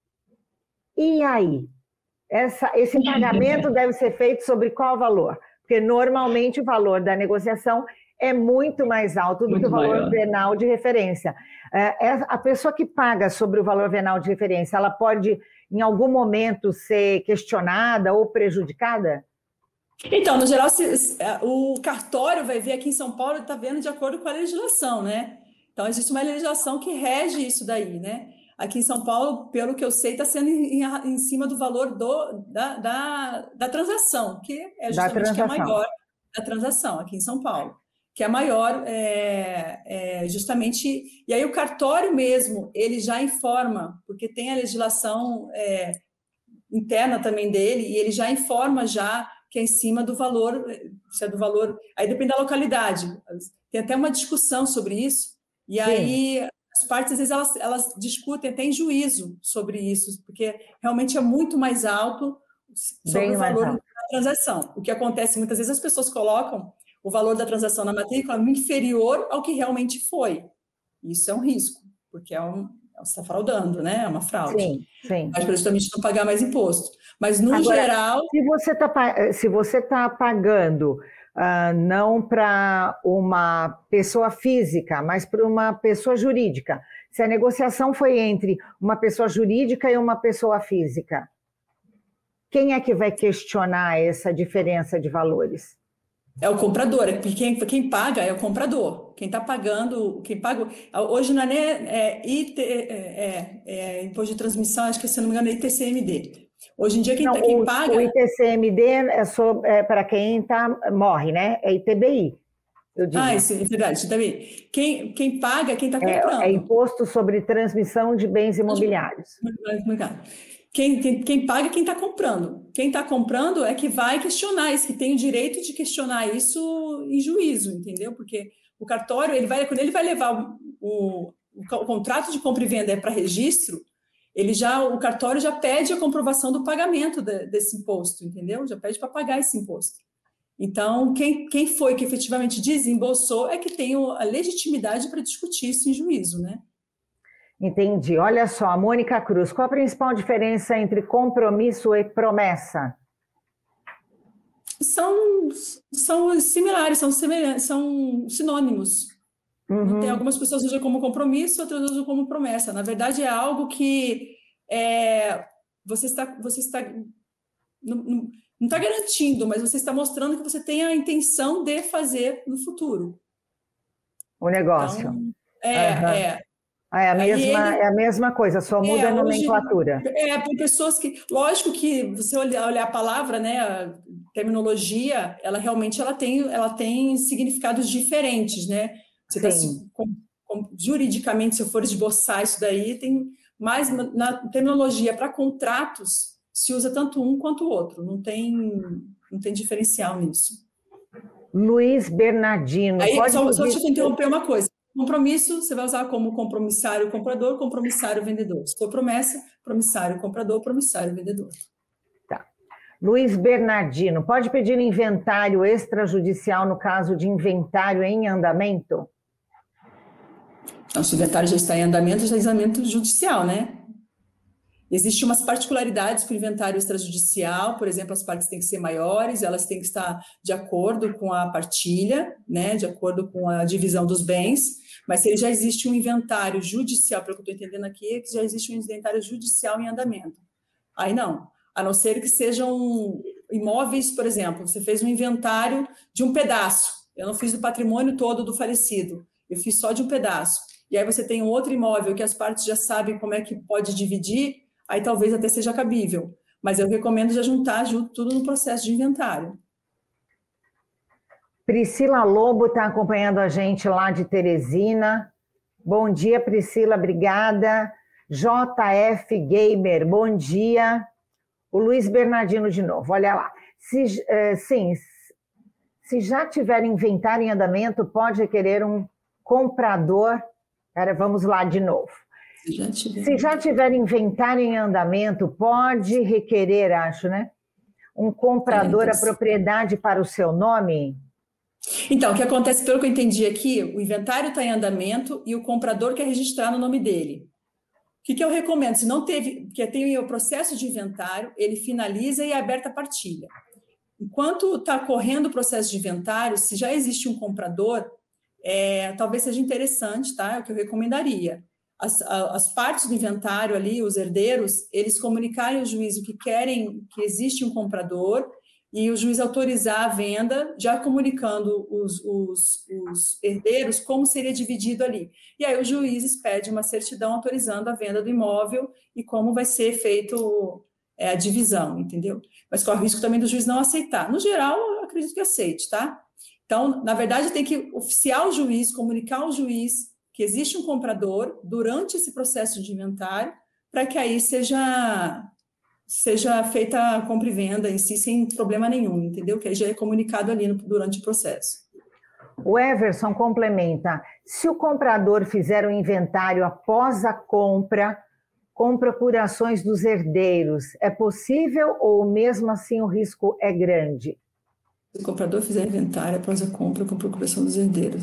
B: E aí? Essa, esse pagamento deve ser feito sobre qual valor? Porque normalmente o valor da negociação é muito mais alto do
C: Muito
B: que o valor
C: maior.
B: venal de referência. É, a pessoa que paga sobre o valor venal de referência, ela pode, em algum momento, ser questionada ou prejudicada?
C: Então, no geral, se- se- o cartório vai ver aqui em São Paulo, está vendo de acordo com a legislação, né? Então, existe uma legislação que rege isso daí, né? Aqui em São Paulo, pelo que eu sei, está sendo em, em- em cima do valor do, da, da, da transação, que é
B: Da
C: justamente que é
B: transação.
C: maior da transação aqui em São Paulo, que é maior é, é, justamente. E aí o cartório mesmo, ele já informa, porque tem a legislação é, interna também dele, e ele já informa já que é em cima do valor, se é do valor, aí depende da localidade. Tem até uma discussão sobre isso, e
B: Sim,
C: aí as partes, às vezes, elas, elas discutem até em juízo sobre isso, porque realmente é muito mais alto sobre
B: bem
C: o
B: mais
C: valor
B: alto.
C: da transação. O que acontece, muitas vezes, as pessoas colocam o valor da transação na matrícula inferior ao que realmente foi. Isso é um risco, porque é um, você está fraudando, né? É uma fraude.
B: Sim, sim.
C: Mas para justamente não pagar mais imposto. Mas, no
B: Agora,
C: geral,
B: se você está se você tá pagando ah, não para uma pessoa física, mas para uma pessoa jurídica, se a negociação foi entre uma pessoa jurídica e uma pessoa física, quem é que vai questionar essa diferença de valores?
C: é o comprador, é quem, quem paga é o comprador. Quem está pagando, quem paga. Hoje não é nem é, I T, é, é, é, imposto de transmissão, acho que se não me engano é I T C M D. Hoje em dia, quem,
B: Não,
C: tá, quem
B: o,
C: paga.
B: o I T C M D é, sobre- é para quem tá, morre, né? É I T B I, eu digo.
C: Ah, isso é verdade, também. Quem, quem paga é quem está
B: É, é
C: comprando.
B: imposto sobre transmissão de bens imobiliários.
C: Muito obrigada. Quem, quem, quem paga é quem está comprando. Quem está comprando é que vai questionar isso, que tem o direito de questionar isso em juízo, entendeu? Porque o cartório, ele vai, quando ele vai levar o, o, o contrato de compra e venda para registro, ele já, o cartório já pede a comprovação do pagamento de, desse imposto, entendeu? Já pede para pagar esse imposto. Então, quem, quem foi que efetivamente desembolsou é que tem a legitimidade para discutir isso em juízo, né?
B: Entendi. Olha só, Mônica Cruz, qual a principal diferença entre compromisso e promessa?
C: São, são similares, são, semelhantes, são sinônimos.
B: Uhum.
C: Tem algumas pessoas usam como compromisso, outras usam como promessa. Na verdade, é algo que é, você está, você está não, não, não está garantindo, mas você está mostrando que você tem a intenção de fazer no futuro.
B: O negócio.
C: Então, é,
B: uhum.
C: é.
B: É a, mesma,
C: ele,
B: é a mesma coisa, só muda
C: é,
B: a nomenclatura.
C: Hoje, é, por pessoas que... Lógico que você olhar, olhar a palavra, né, a terminologia, ela realmente ela tem, ela tem significados diferentes, né? Você tá, com, com, juridicamente, se eu for esboçar isso daí, tem mais... Na terminologia, para contratos, se usa tanto um quanto o outro. Não tem, não tem diferencial nisso.
B: Luiz Bernardino.
C: Aí,
B: pode
C: só, só deixa eu interromper uma coisa. Compromisso, você vai usar como compromissário comprador, compromissário vendedor. Se for promessa, promissário comprador, promissário vendedor.
B: Tá. Luiz Bernardino, pode pedir inventário extrajudicial no caso de inventário em andamento?
C: Então, se o inventário já está em andamento, já é andamento judicial, né? Existem umas particularidades para o inventário extrajudicial, por exemplo, as partes têm que ser maiores, elas têm que estar de acordo com a partilha, né, de acordo com a divisão dos bens, mas se já existe um inventário judicial, pelo que eu estou entendendo aqui, é que já existe um inventário judicial em andamento. Aí não, a não ser que sejam imóveis, por exemplo, você fez um inventário de um pedaço, eu não fiz do patrimônio todo do falecido, eu fiz só de um pedaço, e aí você tem um outro imóvel que as partes já sabem como é que pode dividir, aí talvez até seja cabível, mas eu recomendo já juntar junto tudo no processo de inventário.
B: Priscila Lobo está acompanhando a gente lá de Teresina. Bom dia, Priscila, obrigada. J F Gamer, bom dia. O Luiz Bernardino de novo, olha lá. Se, eh, sim, se já tiver inventário em andamento, pode requerer um comprador. Cara, vamos lá de novo.
C: Se já tiver,
B: Se já tiver inventário em andamento, pode requerer, acho, né? Um comprador
C: é,
B: a propriedade para o seu nome?
C: Então, o que acontece, pelo que eu entendi aqui, o inventário está em andamento e o comprador quer registrar no nome dele. O que, que eu recomendo? Se não teve, porque tem o processo de inventário, ele finaliza e é aberta a partilha. Enquanto está correndo o processo de inventário, se já existe um comprador, é, talvez seja interessante, tá? É o que eu recomendaria. As, as partes do inventário ali, os herdeiros, eles comunicarem ao juiz o que querem, que existe um comprador, e o juiz autorizar a venda, já comunicando os, os, os herdeiros como seria dividido ali. E aí o juiz pede uma certidão autorizando a venda do imóvel e como vai ser feito é, a divisão, entendeu? Mas corre o risco também do juiz não aceitar. No geral, eu acredito que aceite, tá? Então, na verdade, tem que oficiar o juiz, comunicar ao juiz que existe um comprador durante esse processo de inventário, para que aí seja... seja feita a compra e venda em si sem problema nenhum, entendeu? Que aí já é comunicado ali no, durante o processo.
B: O Everson complementa, se o comprador fizer o inventário após a compra, com procurações dos herdeiros, é possível ou mesmo assim o risco é grande?
C: Se o comprador fizer inventário após a compra com procuração dos herdeiros.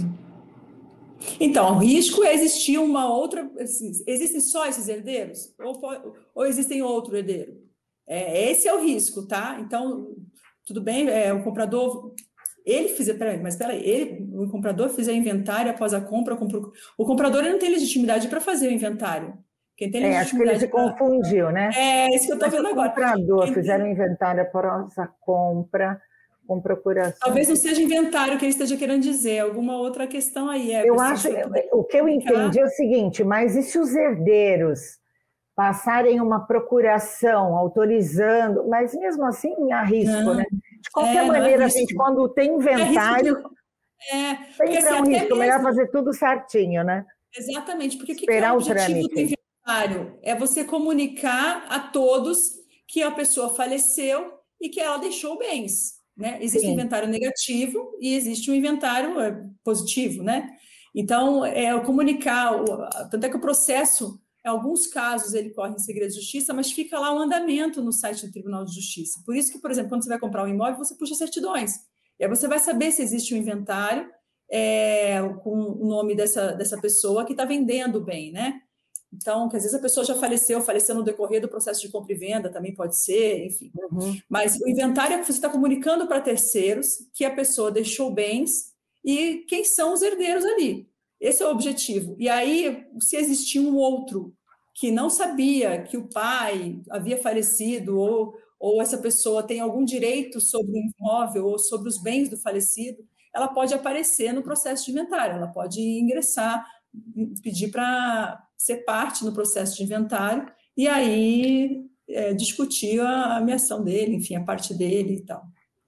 C: Então, o risco é existir uma outra... Assim, existem só esses herdeiros? Ou, ou existem outro herdeiro? É, esse é o risco, tá? Então, tudo bem, é, o comprador, ele fizer, peraí, mas peraí, ele, o comprador fizer inventário após a compra, compro, o comprador ele não tem legitimidade para fazer o inventário. Quem tem
B: é, acho que ele se pra... confundiu, né?
C: É, isso que eu estou vendo agora.
B: Se o comprador
C: Quem
B: fizer
C: tem...
B: o inventário após a compra, com procuração...
C: Talvez não seja inventário que ele esteja querendo dizer, alguma outra questão aí. É,
B: eu acho, o que eu entendi é o seguinte, mas e se os herdeiros passarem uma procuração, autorizando, mas mesmo assim há risco, não, né? De qualquer é, maneira, é gente, quando tem inventário,
C: é,
B: sempre é um risco, mesmo... melhor fazer tudo certinho, né?
C: Exatamente, porque o que
B: Esperar
C: é o
B: o
C: objetivo
B: trâmite.
C: do inventário? inventário? É você comunicar a todos que a pessoa faleceu e que ela deixou bens, né? Existe um inventário negativo e existe um inventário é, positivo, né? Então, é comunicar, tanto é que o processo, em alguns casos, ele corre em segredo de justiça, mas fica lá um andamento no site do Tribunal de Justiça. Por isso que, por exemplo, quando você vai comprar um imóvel, você puxa certidões. E aí você vai saber se existe um inventário é, com o nome dessa, dessa pessoa que está vendendo o bem, né? Então, que às vezes a pessoa já faleceu, faleceu no decorrer do processo de compra e venda, também pode ser, enfim. Uhum. Mas o inventário é que você está comunicando para terceiros que a pessoa deixou bens e quem são os herdeiros ali. Esse é o objetivo. E aí, se existir um outro que não sabia que o pai havia falecido ou, ou essa pessoa tem algum direito sobre o imóvel ou sobre os bens do falecido, ela pode aparecer no processo de inventário, ela pode ingressar, pedir para ser parte no processo de inventário e aí é, discutir a ameação dele, enfim, a parte dele e tal.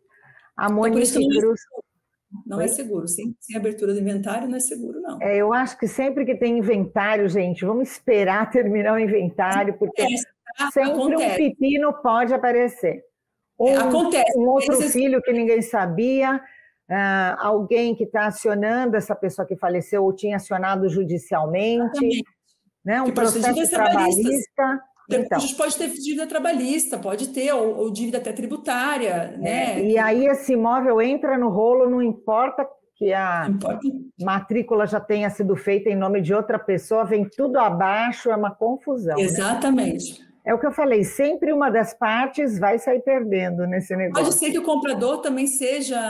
B: A Monique então, Cruz...
C: Não Oi? É seguro, sem, sem abertura do inventário não é seguro, não.
B: É, eu acho que sempre que tem inventário, gente, vamos esperar terminar o inventário, porque é, sempre acontece. Um pepino pode aparecer. Um, é, acontece. Um outro vezes... filho que ninguém sabia, uh, alguém que está acionando essa pessoa que faleceu ou tinha acionado judicialmente, né, um que processo trabalhista.
C: Então. A gente pode ter dívida trabalhista, pode ter, ou, ou dívida até tributária, né?
B: É, e aí esse imóvel entra no rolo, não importa que a importa. matrícula já tenha sido feita em nome de outra pessoa, vem tudo abaixo, é uma confusão.
C: Exatamente.
B: Né? É o que eu falei, sempre uma das partes vai sair perdendo nesse negócio.
C: Pode ser que o comprador também seja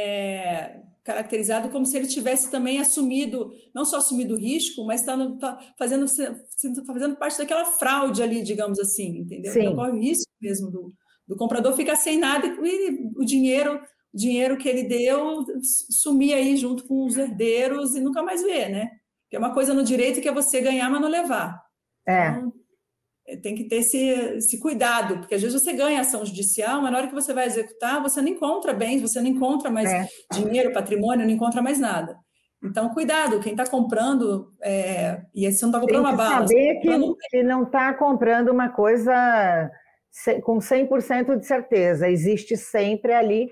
C: é, caracterizado como se ele tivesse também assumido, não só assumido o risco, mas está tá fazendo, fazendo parte daquela fraude ali, digamos assim, entendeu?
B: Sim.
C: Então, corre o risco mesmo do, do comprador ficar sem nada e o dinheiro, o dinheiro que ele deu sumir aí junto com os herdeiros e nunca mais ver, né? Que é uma coisa no direito que é você ganhar, mas não levar.
B: É.
C: Então, tem que ter esse, esse cuidado, porque às vezes você ganha ação judicial, mas na hora que você vai executar, você não encontra bens, você não encontra mais é. dinheiro, patrimônio, não encontra mais nada. Então, cuidado, quem está comprando, é, e você não está comprando uma bala.
B: Tem que saber que, que não está comprando uma coisa com cem por cento de certeza, existe sempre ali,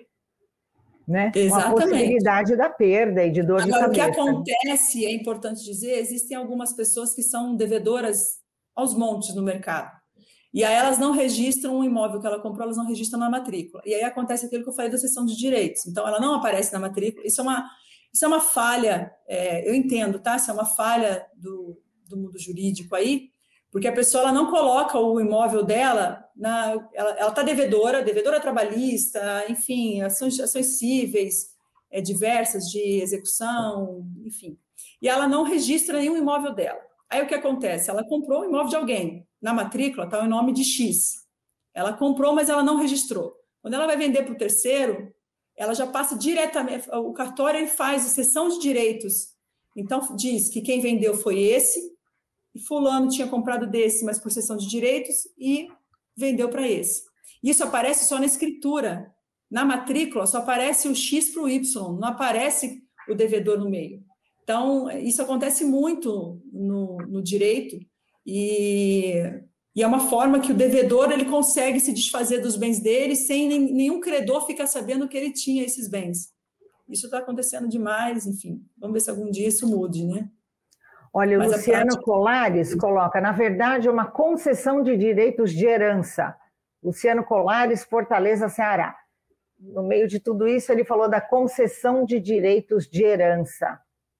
B: né,
C: exatamente,
B: uma possibilidade da perda e de dor
C: Agora,
B: de cabeça.
C: O que acontece, é importante dizer, existem algumas pessoas que são devedoras aos montes no mercado. E aí elas não registram o imóvel que ela comprou, elas não registram na matrícula. E aí acontece aquilo que eu falei da cessão de direitos. Então, ela não aparece na matrícula. Isso é uma, isso é uma falha, é, eu entendo, tá? Isso é uma falha do, do mundo jurídico aí, porque a pessoa ela não coloca o imóvel dela, na, ela está devedora, devedora trabalhista, enfim, ações, ações cíveis, é, diversas de execução, enfim. E ela não registra nenhum imóvel dela. Aí o que acontece? Ela comprou um imóvel de alguém. Na matrícula está o nome de X. Ela comprou, mas ela não registrou. Quando ela vai vender para o terceiro, ela já passa diretamente... O cartório ele faz a cessão de direitos. Então, diz que quem vendeu foi esse, e fulano tinha comprado desse, mas por cessão de direitos, e vendeu para esse. Isso aparece só na escritura. Na matrícula, só aparece o X para o Y, não aparece o devedor no meio. Então, isso acontece muito no, no direito e, e é uma forma que o devedor ele consegue se desfazer dos bens dele sem nem, nenhum credor ficar sabendo que ele tinha esses bens. Isso está acontecendo demais, enfim. Vamos ver se algum dia isso mude, né?
B: Olha, o Luciano prática... Colares coloca, na verdade, uma concessão de direitos de herança. Luciano Colares, Fortaleza, Ceará. No meio de tudo isso, ele falou da concessão de direitos de herança.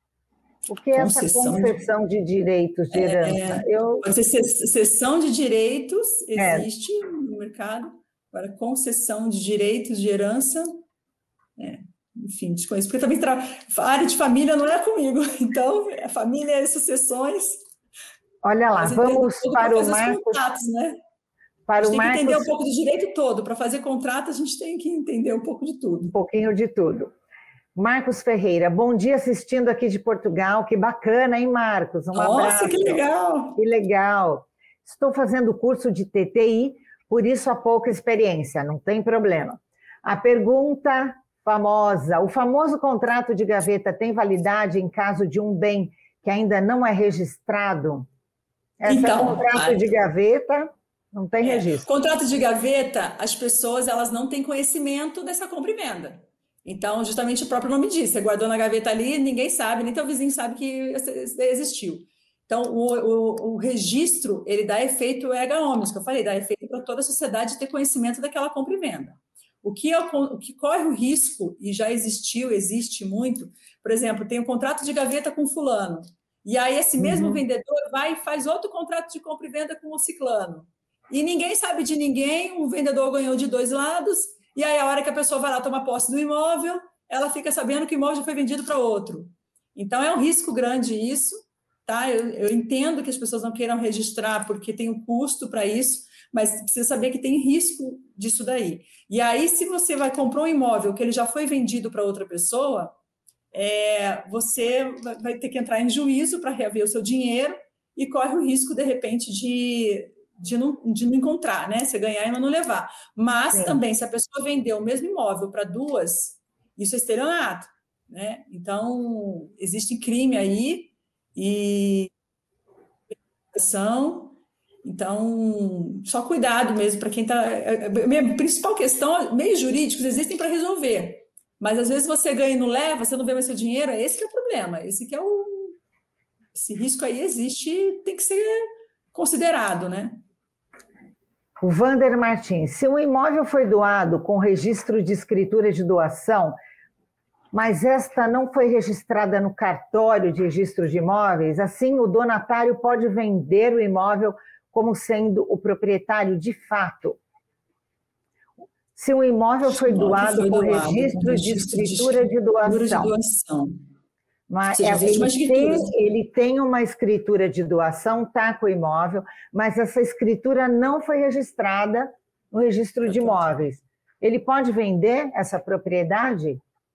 B: O que é concessão essa concessão de, de direitos de herança?
C: É, Eu... Cessão de direitos existe é. no mercado. Agora, concessão de direitos de herança, é, enfim, desconheço. Porque também tra... a área de família não é comigo. Então, a família e sucessões...
B: Olha lá, vamos para o Marcos...
C: Contratos, né?
B: Para
C: a gente
B: o
C: tem
B: Marcos...
C: que entender um pouco do direito todo. Para fazer contrato, a gente tem que entender um pouco de tudo.
B: Um pouquinho de tudo. Marcos Ferreira, bom dia assistindo aqui de Portugal, que bacana, hein, Marcos? Um
C: Nossa,
B: abraço.
C: que legal!
B: Que legal! Estou fazendo curso de T T I, por isso há pouca experiência, não tem problema. A pergunta famosa, o famoso contrato de gaveta tem validade em caso de um bem que ainda não é registrado? Essa
C: Então,
B: é contrato
C: a...
B: de gaveta, não tem
C: é,
B: registro.
C: Contrato de gaveta, as pessoas elas não têm conhecimento dessa compra e venda. Então, justamente o próprio nome diz, você guardou na gaveta ali, ninguém sabe, nem teu vizinho sabe que existiu. Então, o, o, o registro, ele dá efeito erga omnes, que eu falei, dá efeito para toda a sociedade ter conhecimento daquela compra e venda. O que, é o, o que corre o risco, e já existiu, existe muito, por exemplo, tem um contrato de gaveta com fulano, e aí esse mesmo uhum. vendedor vai e faz outro contrato de compra e venda com o ciclano. E ninguém sabe de ninguém, o vendedor ganhou de dois lados, e aí a hora que a pessoa vai lá tomar posse do imóvel, ela fica sabendo que o imóvel foi vendido para outro. Então, é um risco grande isso, tá? Eu, eu entendo que as pessoas não queiram registrar porque tem um custo para isso, mas precisa saber que tem risco disso daí. E aí, se você vai comprar um imóvel que ele já foi vendido para outra pessoa, é, você vai ter que entrar em juízo para reaver o seu dinheiro e corre o risco, de repente, de... De não, de não encontrar, né? Você ganhar e não levar. Mas Sim. também, se a pessoa vendeu o mesmo imóvel para duas, isso é estelionato, né? Então, existe crime aí e então, só cuidado mesmo para quem está. A minha principal questão, meios jurídicos existem para resolver, mas às vezes você ganha e não leva, você não vê mais seu dinheiro, esse que é o problema, esse que é o. Esse risco aí existe, tem que ser considerado, né?
B: O Vander Martins, se um imóvel foi doado com registro de escritura de doação, mas esta não foi registrada no cartório de registro de imóveis, assim o donatário pode vender o imóvel como sendo o proprietário de fato. Se um imóvel foi doado foi com, doado, registro com registro de escritura de, de doação. De doação. Mas seja, ele, tem, ele tem uma escritura de doação, está com o imóvel, mas essa escritura não foi registrada no registro de imóveis. Ele pode vender essa propriedade?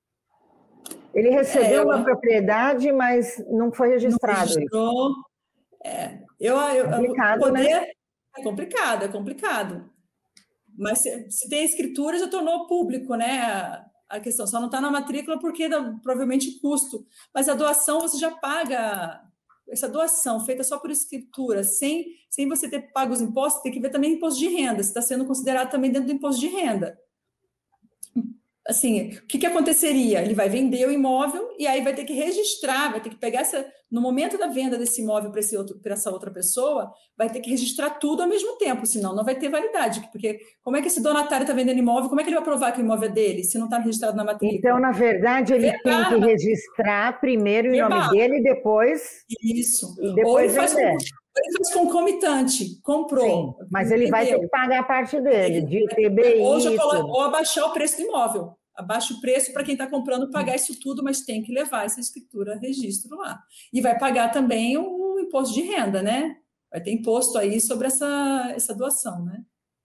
B: Ele recebeu é, eu, uma propriedade, mas não foi registrado. Não registrou.
C: É, eu, eu, complicado, poder, né? É complicado, é complicado. Mas se, se tem escritura, já tornou público, né? A questão só não está na matrícula porque dá, provavelmente custo, mas a doação você já paga, essa doação feita só por escritura, sem, sem você ter pago os impostos, tem que ver também imposto de renda, se está sendo considerado também dentro do imposto de renda. Assim, o que, que aconteceria? Ele vai vender o imóvel e aí vai ter que registrar, vai ter que pegar essa, no momento da venda desse imóvel para esse outro, para essa outra pessoa, vai ter que registrar tudo ao mesmo tempo, senão não vai ter validade, porque como é que esse donatário está vendendo imóvel, como é que ele vai provar que o imóvel é dele, se não está registrado na matrícula?
B: Então, na verdade, ele Verbar, tem que registrar primeiro em nome dele e depois...
C: Isso.
B: E depois
C: Ou ele faz, com, ele faz concomitante, comprou.
B: Sim, mas ele vai ter que pagar a parte dele, de I T B I.
C: Ou, ou abaixar o preço do imóvel. Abaixa o preço para quem está comprando pagar isso tudo, mas tem que levar essa escritura, registro lá. E vai pagar também o imposto de renda, né? Vai ter imposto aí sobre essa, essa doação, né?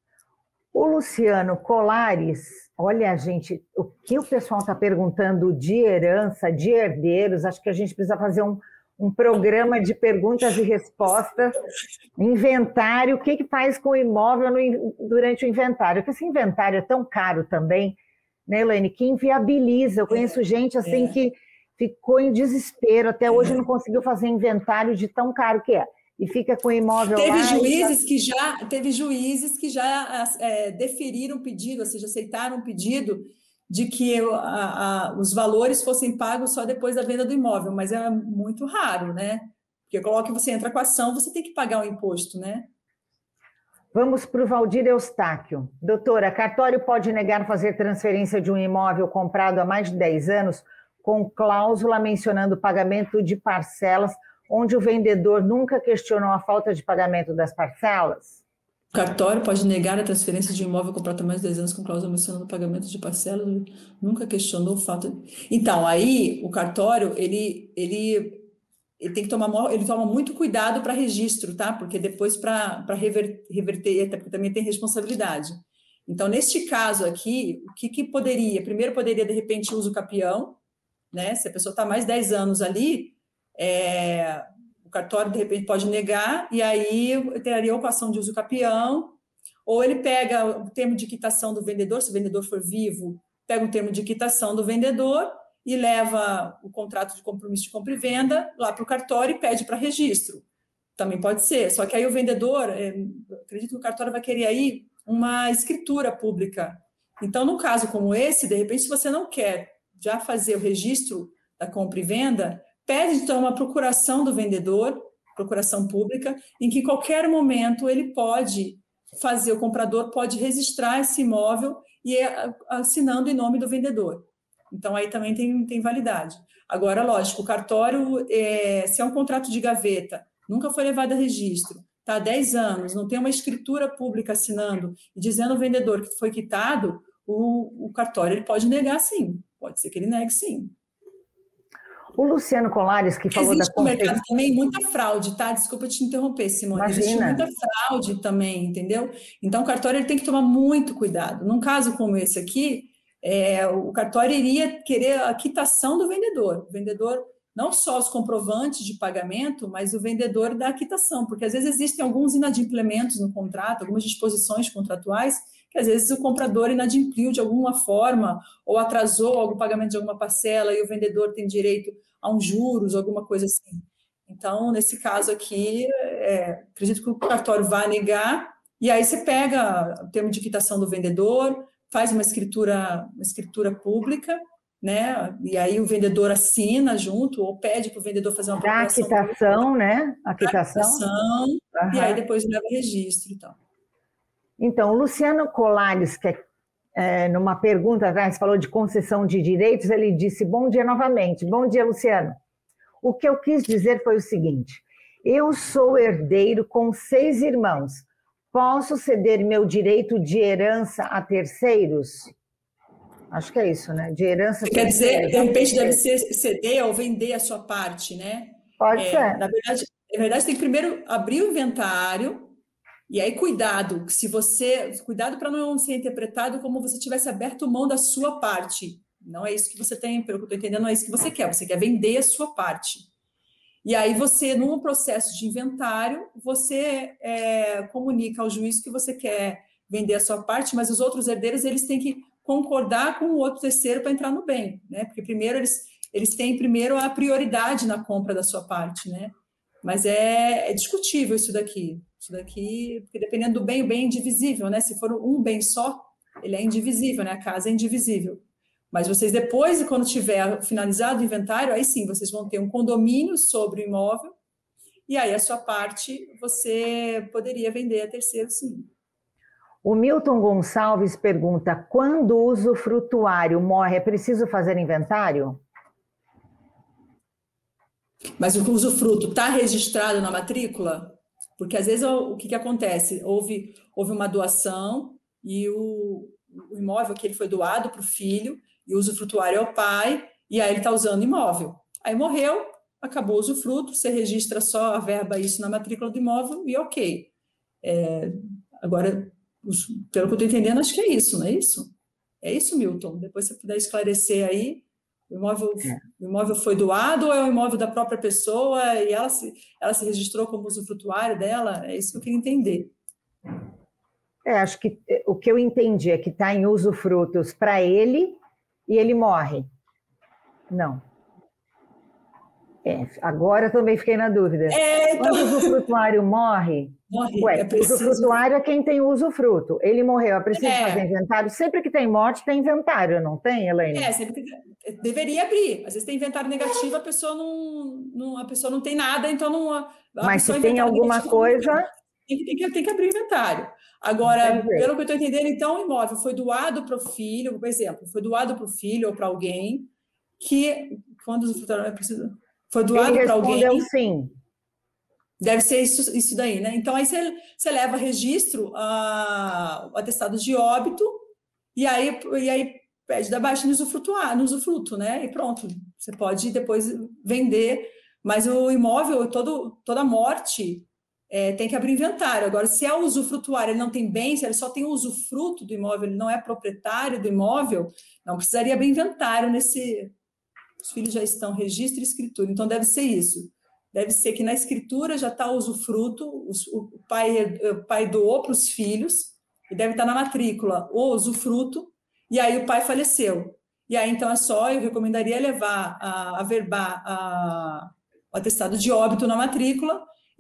B: O Luciano Colares, olha, gente, o que o pessoal está perguntando de herança, de herdeiros, acho que a gente precisa fazer um, um programa de perguntas e respostas, inventário, o que, que faz com o imóvel no, durante o inventário? Porque esse inventário é tão caro também, né, Elaine, que inviabiliza. Eu conheço gente assim é. que ficou em desespero, até hoje não conseguiu fazer inventário de tão caro que é. E fica com o imóvel
C: teve
B: lá...
C: Juízes e... que já, teve juízes que já é, deferiram o pedido, ou seja, aceitaram o pedido de que a, a, os valores fossem pagos só depois da venda do imóvel, mas é muito raro, né? Porque coloca que você entra com a ação, você tem que pagar o imposto, né?
B: Vamos para o Valdir Eustáquio. Doutora, cartório pode negar fazer transferência de um imóvel comprado há mais de dez anos com cláusula mencionando pagamento de parcelas, onde o vendedor nunca questionou a falta de pagamento das parcelas?
C: O cartório pode negar a transferência de um imóvel comprado há mais de dez anos com cláusula mencionando pagamento de parcelas, nunca questionou a falta de... Então, aí, o cartório, ele... ele... ele tem que tomar, ele toma muito cuidado para registro, tá? Porque depois para rever, reverter, até porque também tem responsabilidade. Então, neste caso aqui, o que, que poderia? Primeiro, poderia, de repente, uso capião, né? Se a pessoa está mais de dez anos ali, é, o cartório, de repente, pode negar, e aí teria a ação de uso capião, ou ele pega o termo de quitação do vendedor, se o vendedor for vivo, pega o termo de quitação do vendedor, e leva o contrato de compromisso de compra e venda lá para o cartório e pede para registro. Também pode ser, só que aí o vendedor, é, acredito que o cartório vai querer aí uma escritura pública. Então, num caso como esse, de repente, se você não quer já fazer o registro da compra e venda, pede então uma procuração do vendedor, procuração pública, em que em qualquer momento ele pode fazer, o comprador pode registrar esse imóvel e é assinando em nome do vendedor. Então, aí também tem, tem validade. Agora, lógico, o cartório, é, se é um contrato de gaveta, nunca foi levado a registro, está há dez anos, não tem uma escritura pública assinando e dizendo ao vendedor que foi quitado, o, o cartório ele pode negar sim, pode ser que ele negue sim.
B: O Luciano Colares, que falou
C: existe
B: da...
C: no mercado também muita fraude, tá? Desculpa te interromper, Simone.
B: Imagina.
C: Existe muita fraude também, entendeu? Então, o cartório ele tem que tomar muito cuidado. Num caso como esse aqui, é, o cartório iria querer a quitação do vendedor. O vendedor, não só os comprovantes de pagamento, mas o vendedor da quitação, porque às vezes existem alguns inadimplementos no contrato, algumas disposições contratuais, que às vezes o comprador inadimpliu de alguma forma ou atrasou algum pagamento de alguma parcela e o vendedor tem direito a uns juros, alguma coisa assim. Então, nesse caso aqui, é, acredito que o cartório vai negar e aí você pega o termo de quitação do vendedor, faz uma escritura, uma escritura pública, né? E aí o vendedor assina junto ou pede para o vendedor fazer uma procuração.
B: A quitação, né? A quitação.
C: quitação uhum. E aí depois leva registro e tal.
B: Então, o Luciano Colares, que é, é, numa pergunta atrás, falou de concessão de direitos, ele disse, bom dia novamente. Bom dia, Luciano. O que eu quis dizer foi o seguinte, eu sou herdeiro com seis irmãos, posso ceder meu direito de herança a terceiros? Acho que é isso, né? De herança a
C: Quer
B: terceiros.
C: dizer, de repente deve ser ceder ou vender a sua parte, né?
B: Pode
C: é,
B: ser.
C: Na verdade, na verdade, tem que primeiro abrir o inventário. E aí, cuidado, se você, cuidado para não ser interpretado como você tivesse aberto mão da sua parte. Não é isso que você tem, pelo que eu estou entendendo, não é isso que você quer. Você quer vender a sua parte. E aí, você, num processo de inventário, você é, comunica ao juiz que você quer vender a sua parte, mas os outros herdeiros, eles têm que concordar com o outro terceiro para entrar no bem, né? Porque primeiro, eles, eles têm primeiro a prioridade na compra da sua parte, né? Mas é, é discutível isso daqui. Isso daqui, porque dependendo do bem, o bem é indivisível, né? Se for um bem só, ele é indivisível, né? A casa é indivisível. Mas vocês depois, quando tiver finalizado o inventário, aí sim, vocês vão ter um condomínio sobre o imóvel e aí a sua parte você poderia vender a terceiro, sim.
B: O Milton Gonçalves pergunta, quando o usufrutuário morre, é preciso fazer inventário?
C: Mas o usufruto está registrado na matrícula? Porque, às vezes, o que, que acontece? Houve, houve uma doação e o, o imóvel que ele foi doado para o filho, e o usufrutuário é o pai, e aí ele está usando o imóvel. Aí morreu, acabou o usufruto, você registra só a verba, isso na matrícula do imóvel, e ok. É, agora, os, pelo que eu estou entendendo, acho que é isso, não é isso? É isso, Milton? Depois, se você puder esclarecer aí, o imóvel, o imóvel foi doado ou é o imóvel da própria pessoa e ela se, ela se registrou como usufrutuário dela? É isso que eu queria entender.
B: É, acho que o que eu entendi é que está em usufrutos para ele e ele morre. Não. É, agora eu também fiquei na dúvida.
C: É, então...
B: Quando o usufrutuário morre,
C: morre
B: ué,
C: é preciso...
B: o usufrutuário é quem tem o usufruto. Ele morreu, é preciso é. fazer inventário. Sempre que tem morte, tem inventário, não tem, Elaine?
C: É, sempre que... Deveria abrir. Às vezes tem inventário negativo, a pessoa não, não, a pessoa não tem nada, então não...
B: Mas se tem alguma coisa...
C: Tem que, tem, que, tem que abrir o inventário. Agora, pelo que eu estou entendendo, então, o imóvel foi doado para o filho, por exemplo, foi doado para o filho ou para alguém que... Quando o usufrutuário é preciso... Foi doado para alguém.
B: Ele respondeu sim.
C: Deve ser isso, isso daí, né? Então, aí você, você leva registro, a, o atestado de óbito, e aí, e aí pede da baixa no usufruto, no usufruto, né? E pronto, você pode depois vender, mas o imóvel, todo, toda morte, é, tem que abrir inventário. Agora, se é o usufrutuário, ele não tem bem, se ele só tem o usufruto do imóvel, ele não é proprietário do imóvel, não precisaria abrir inventário nesse... Os filhos já estão registro e escritura, então deve ser isso. Deve ser que na escritura já está o usufruto, o pai, o pai doou para os filhos, e deve estar na matrícula o usufruto, e aí o pai faleceu. E aí, então, é só, eu recomendaria levar, a, a verbar a, o atestado de óbito na matrícula,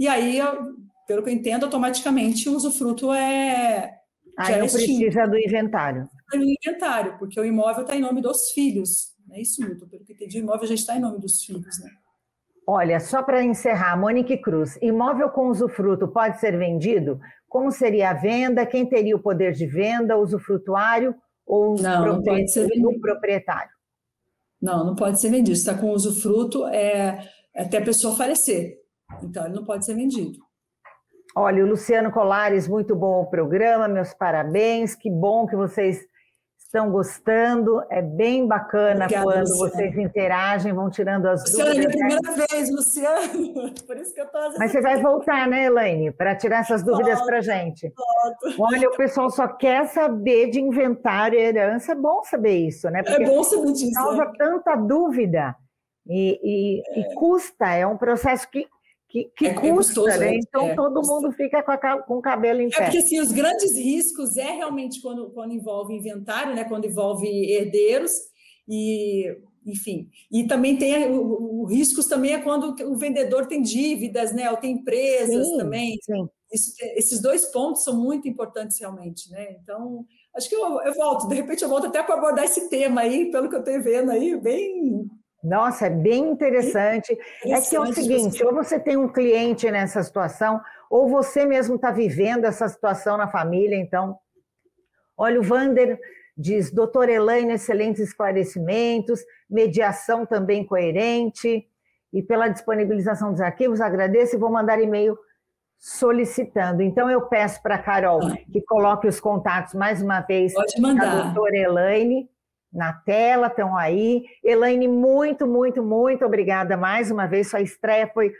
C: e aí, pelo que eu entendo, automaticamente o usufruto é...
B: Aí não precisa do inventário.
C: Do inventário, porque o imóvel está em nome dos filhos. Não é isso, Milton? Pelo que eu entendi, o imóvel já está em nome dos filhos, né?
B: Olha, só para encerrar, Monique Cruz, imóvel com usufruto pode ser vendido? Como seria a venda? Quem teria o poder de venda? Usufrutuário ou
C: não,
B: propri... o proprietário?
C: Não, não pode ser vendido. Se está com usufruto, é até a pessoa falecer. Então, ele não pode ser vendido.
B: Olha, o Luciano Colares, muito bom o programa, meus parabéns, que bom que vocês estão gostando, é bem bacana. Obrigada, quando Luciano. Vocês interagem, vão tirando as
C: Luciano,
B: dúvidas.
C: Luciano, é minha primeira vez, Luciano, por isso que eu estou...
B: Mas você vai voltar, né, Elaine, para tirar essas dúvidas para a gente. Volto. Olha, o pessoal só quer saber de inventário e herança, é bom saber isso, né?
C: Porque é bom saber disso.
B: Causa é. tanta dúvida e, e, é. e custa, é um processo que Que, que é, custa, é custoso, né? Então é, todo custa. mundo fica com, a, com o cabelo em pé.
C: É porque assim, os grandes riscos é realmente quando, quando envolve inventário, né? Quando envolve herdeiros, e enfim. E também tem o, o riscos também é quando o vendedor tem dívidas, né? Ou tem empresas
B: sim,
C: também.
B: Sim.
C: Isso, esses dois pontos são muito importantes realmente, né? Então, acho que eu, eu volto, de repente eu volto até para abordar esse tema aí, pelo que eu estou vendo aí, bem.
B: Nossa, é bem interessante. interessante. É que é o seguinte, ou você tem um cliente nessa situação, ou você mesmo está vivendo essa situação na família, então... Olha, o Vander diz, doutora Elaine, excelentes esclarecimentos, mediação também coerente, e pela disponibilização dos arquivos, agradeço e vou mandar e-mail solicitando. Então, eu peço para a Carol que coloque os contatos mais uma vez da doutora Elaine, na tela, estão aí. Elaine, muito, muito, muito obrigada mais uma vez. Sua estreia foi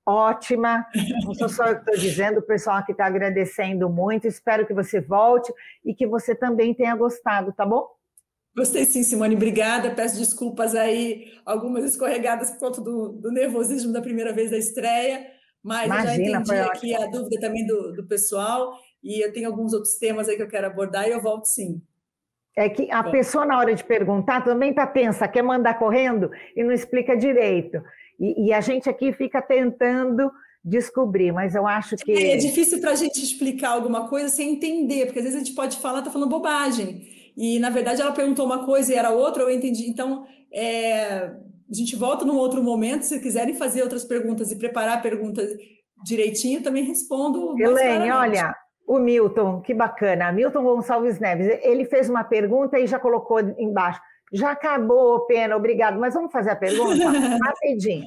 B: ótima. Não sou só eu que estou dizendo, o pessoal aqui está agradecendo muito. Espero que você volte e que você também tenha gostado, tá bom?
C: Gostei sim, Simone, obrigada. Peço desculpas aí, algumas escorregadas por conta do, do nervosismo da primeira vez da estreia, mas Imagina, eu já entendi aqui ótimo. a dúvida também do, do pessoal e eu tenho alguns outros temas aí que eu quero abordar e eu volto sim.
B: É que a pessoa, na hora de perguntar, também está tensa, quer mandar correndo e não explica direito. E, e a gente aqui fica tentando descobrir, mas eu acho que...
C: É, é difícil para a gente explicar alguma coisa sem entender, porque às vezes a gente pode falar, está falando bobagem. E, na verdade, ela perguntou uma coisa e era outra, eu entendi. Então, é, a gente volta num outro momento, se quiserem fazer outras perguntas e preparar a pergunta direitinho, também respondo.
B: Elaine, olha... O Milton, que bacana, Milton Gonçalves Neves, ele fez uma pergunta e já colocou embaixo. Já acabou, Pena, obrigado. Mas vamos fazer a pergunta? Rapidinho.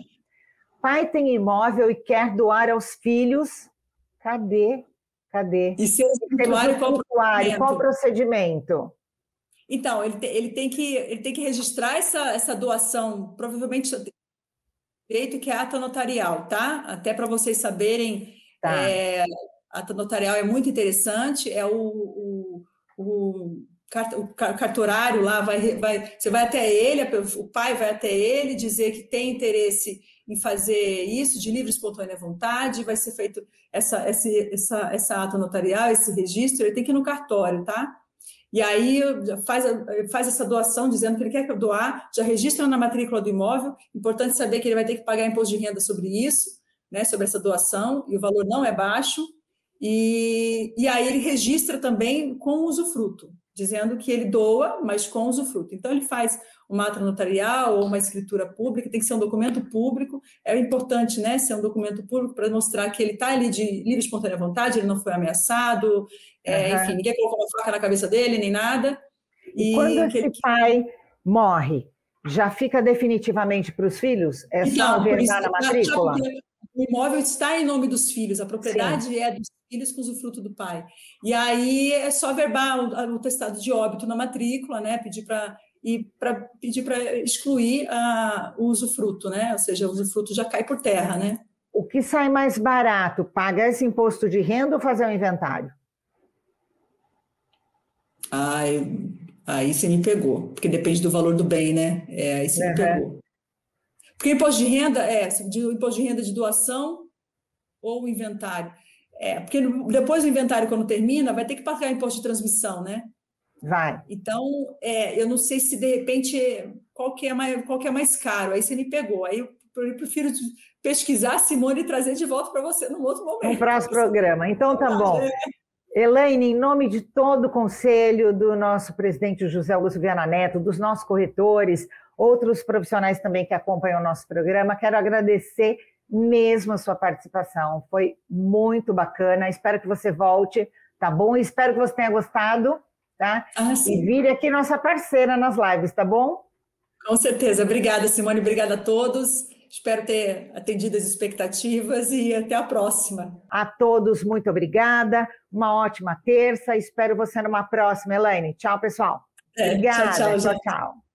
B: Pai tem imóvel e quer doar aos filhos. Cadê? Cadê?
C: E seu usufrutuário, qual,
B: qual o procedimento?
C: Então, ele tem, ele tem, que, ele tem que registrar essa, essa doação, provavelmente direito que é ata notarial, tá? Até para vocês saberem...
B: Tá.
C: É, ata notarial é muito interessante, é o, o, o, o cartorário lá, vai, vai, você vai até ele, o pai vai até ele dizer que tem interesse em fazer isso, de livre e espontânea vontade, vai ser feito essa, essa, essa, essa ata notarial, esse registro, ele tem que ir no cartório, tá? E aí faz, faz essa doação dizendo que ele quer doar, já registra na matrícula do imóvel, importante saber que ele vai ter que pagar imposto de renda sobre isso, né, sobre essa doação, e o valor não é baixo. E, e aí ele registra também com usufruto, dizendo que ele doa, mas com usufruto. Então, ele faz uma ata notarial ou uma escritura pública, tem que ser um documento público. É importante, né, ser um documento público para mostrar que ele está ali de livre e espontânea vontade, ele não foi ameaçado, é, uhum. enfim, ninguém colocou uma faca na cabeça dele, nem nada.
B: E, e quando esse ele... pai morre, já fica definitivamente para os filhos? É só
C: então,
B: verbal na matrícula?
C: Já, o imóvel está em nome dos filhos, a propriedade Sim. é dos filhos com usufruto do pai. E aí é só verbar o, o testado de óbito na matrícula, né? Pedir para e para pedir para excluir a, o usufruto, né? Ou seja, o usufruto já cai por terra, né?
B: O que sai mais barato, pagar esse imposto de renda ou fazer um inventário?
C: Ai, aí você me pegou, porque depende do valor do bem, né? É, aí você uhum. me pegou. Porque o imposto de renda é de, o imposto de renda de doação ou o inventário. É, porque depois do inventário, quando termina, vai ter que pagar imposto de transmissão, né?
B: Vai.
C: Então, é, eu não sei se de repente qual que é mais, qual que é mais caro. Aí você me pegou. Aí eu, eu prefiro pesquisar, Simone, e trazer de volta para você num outro momento.
B: No próximo programa. Então tá bom. Elaine, em nome de todo o conselho, do nosso presidente José Augusto Viana Neto, dos nossos corretores, outros profissionais também que acompanham o nosso programa, quero agradecer mesmo a sua participação. Foi muito bacana. Espero que você volte, tá bom? Espero que você tenha gostado, tá?
C: Ah, sim.
B: E vire aqui nossa parceira nas lives, tá bom?
C: Com certeza. Obrigada, Simone. Obrigada a todos. Espero ter atendido as expectativas e até a próxima.
B: A todos, muito obrigada. Uma ótima terça. Espero você numa próxima, Elaine. Tchau, pessoal.
C: É,
B: Obrigada.
C: tchau, tchau,
B: Tchau,
C: gente.
B: tchau.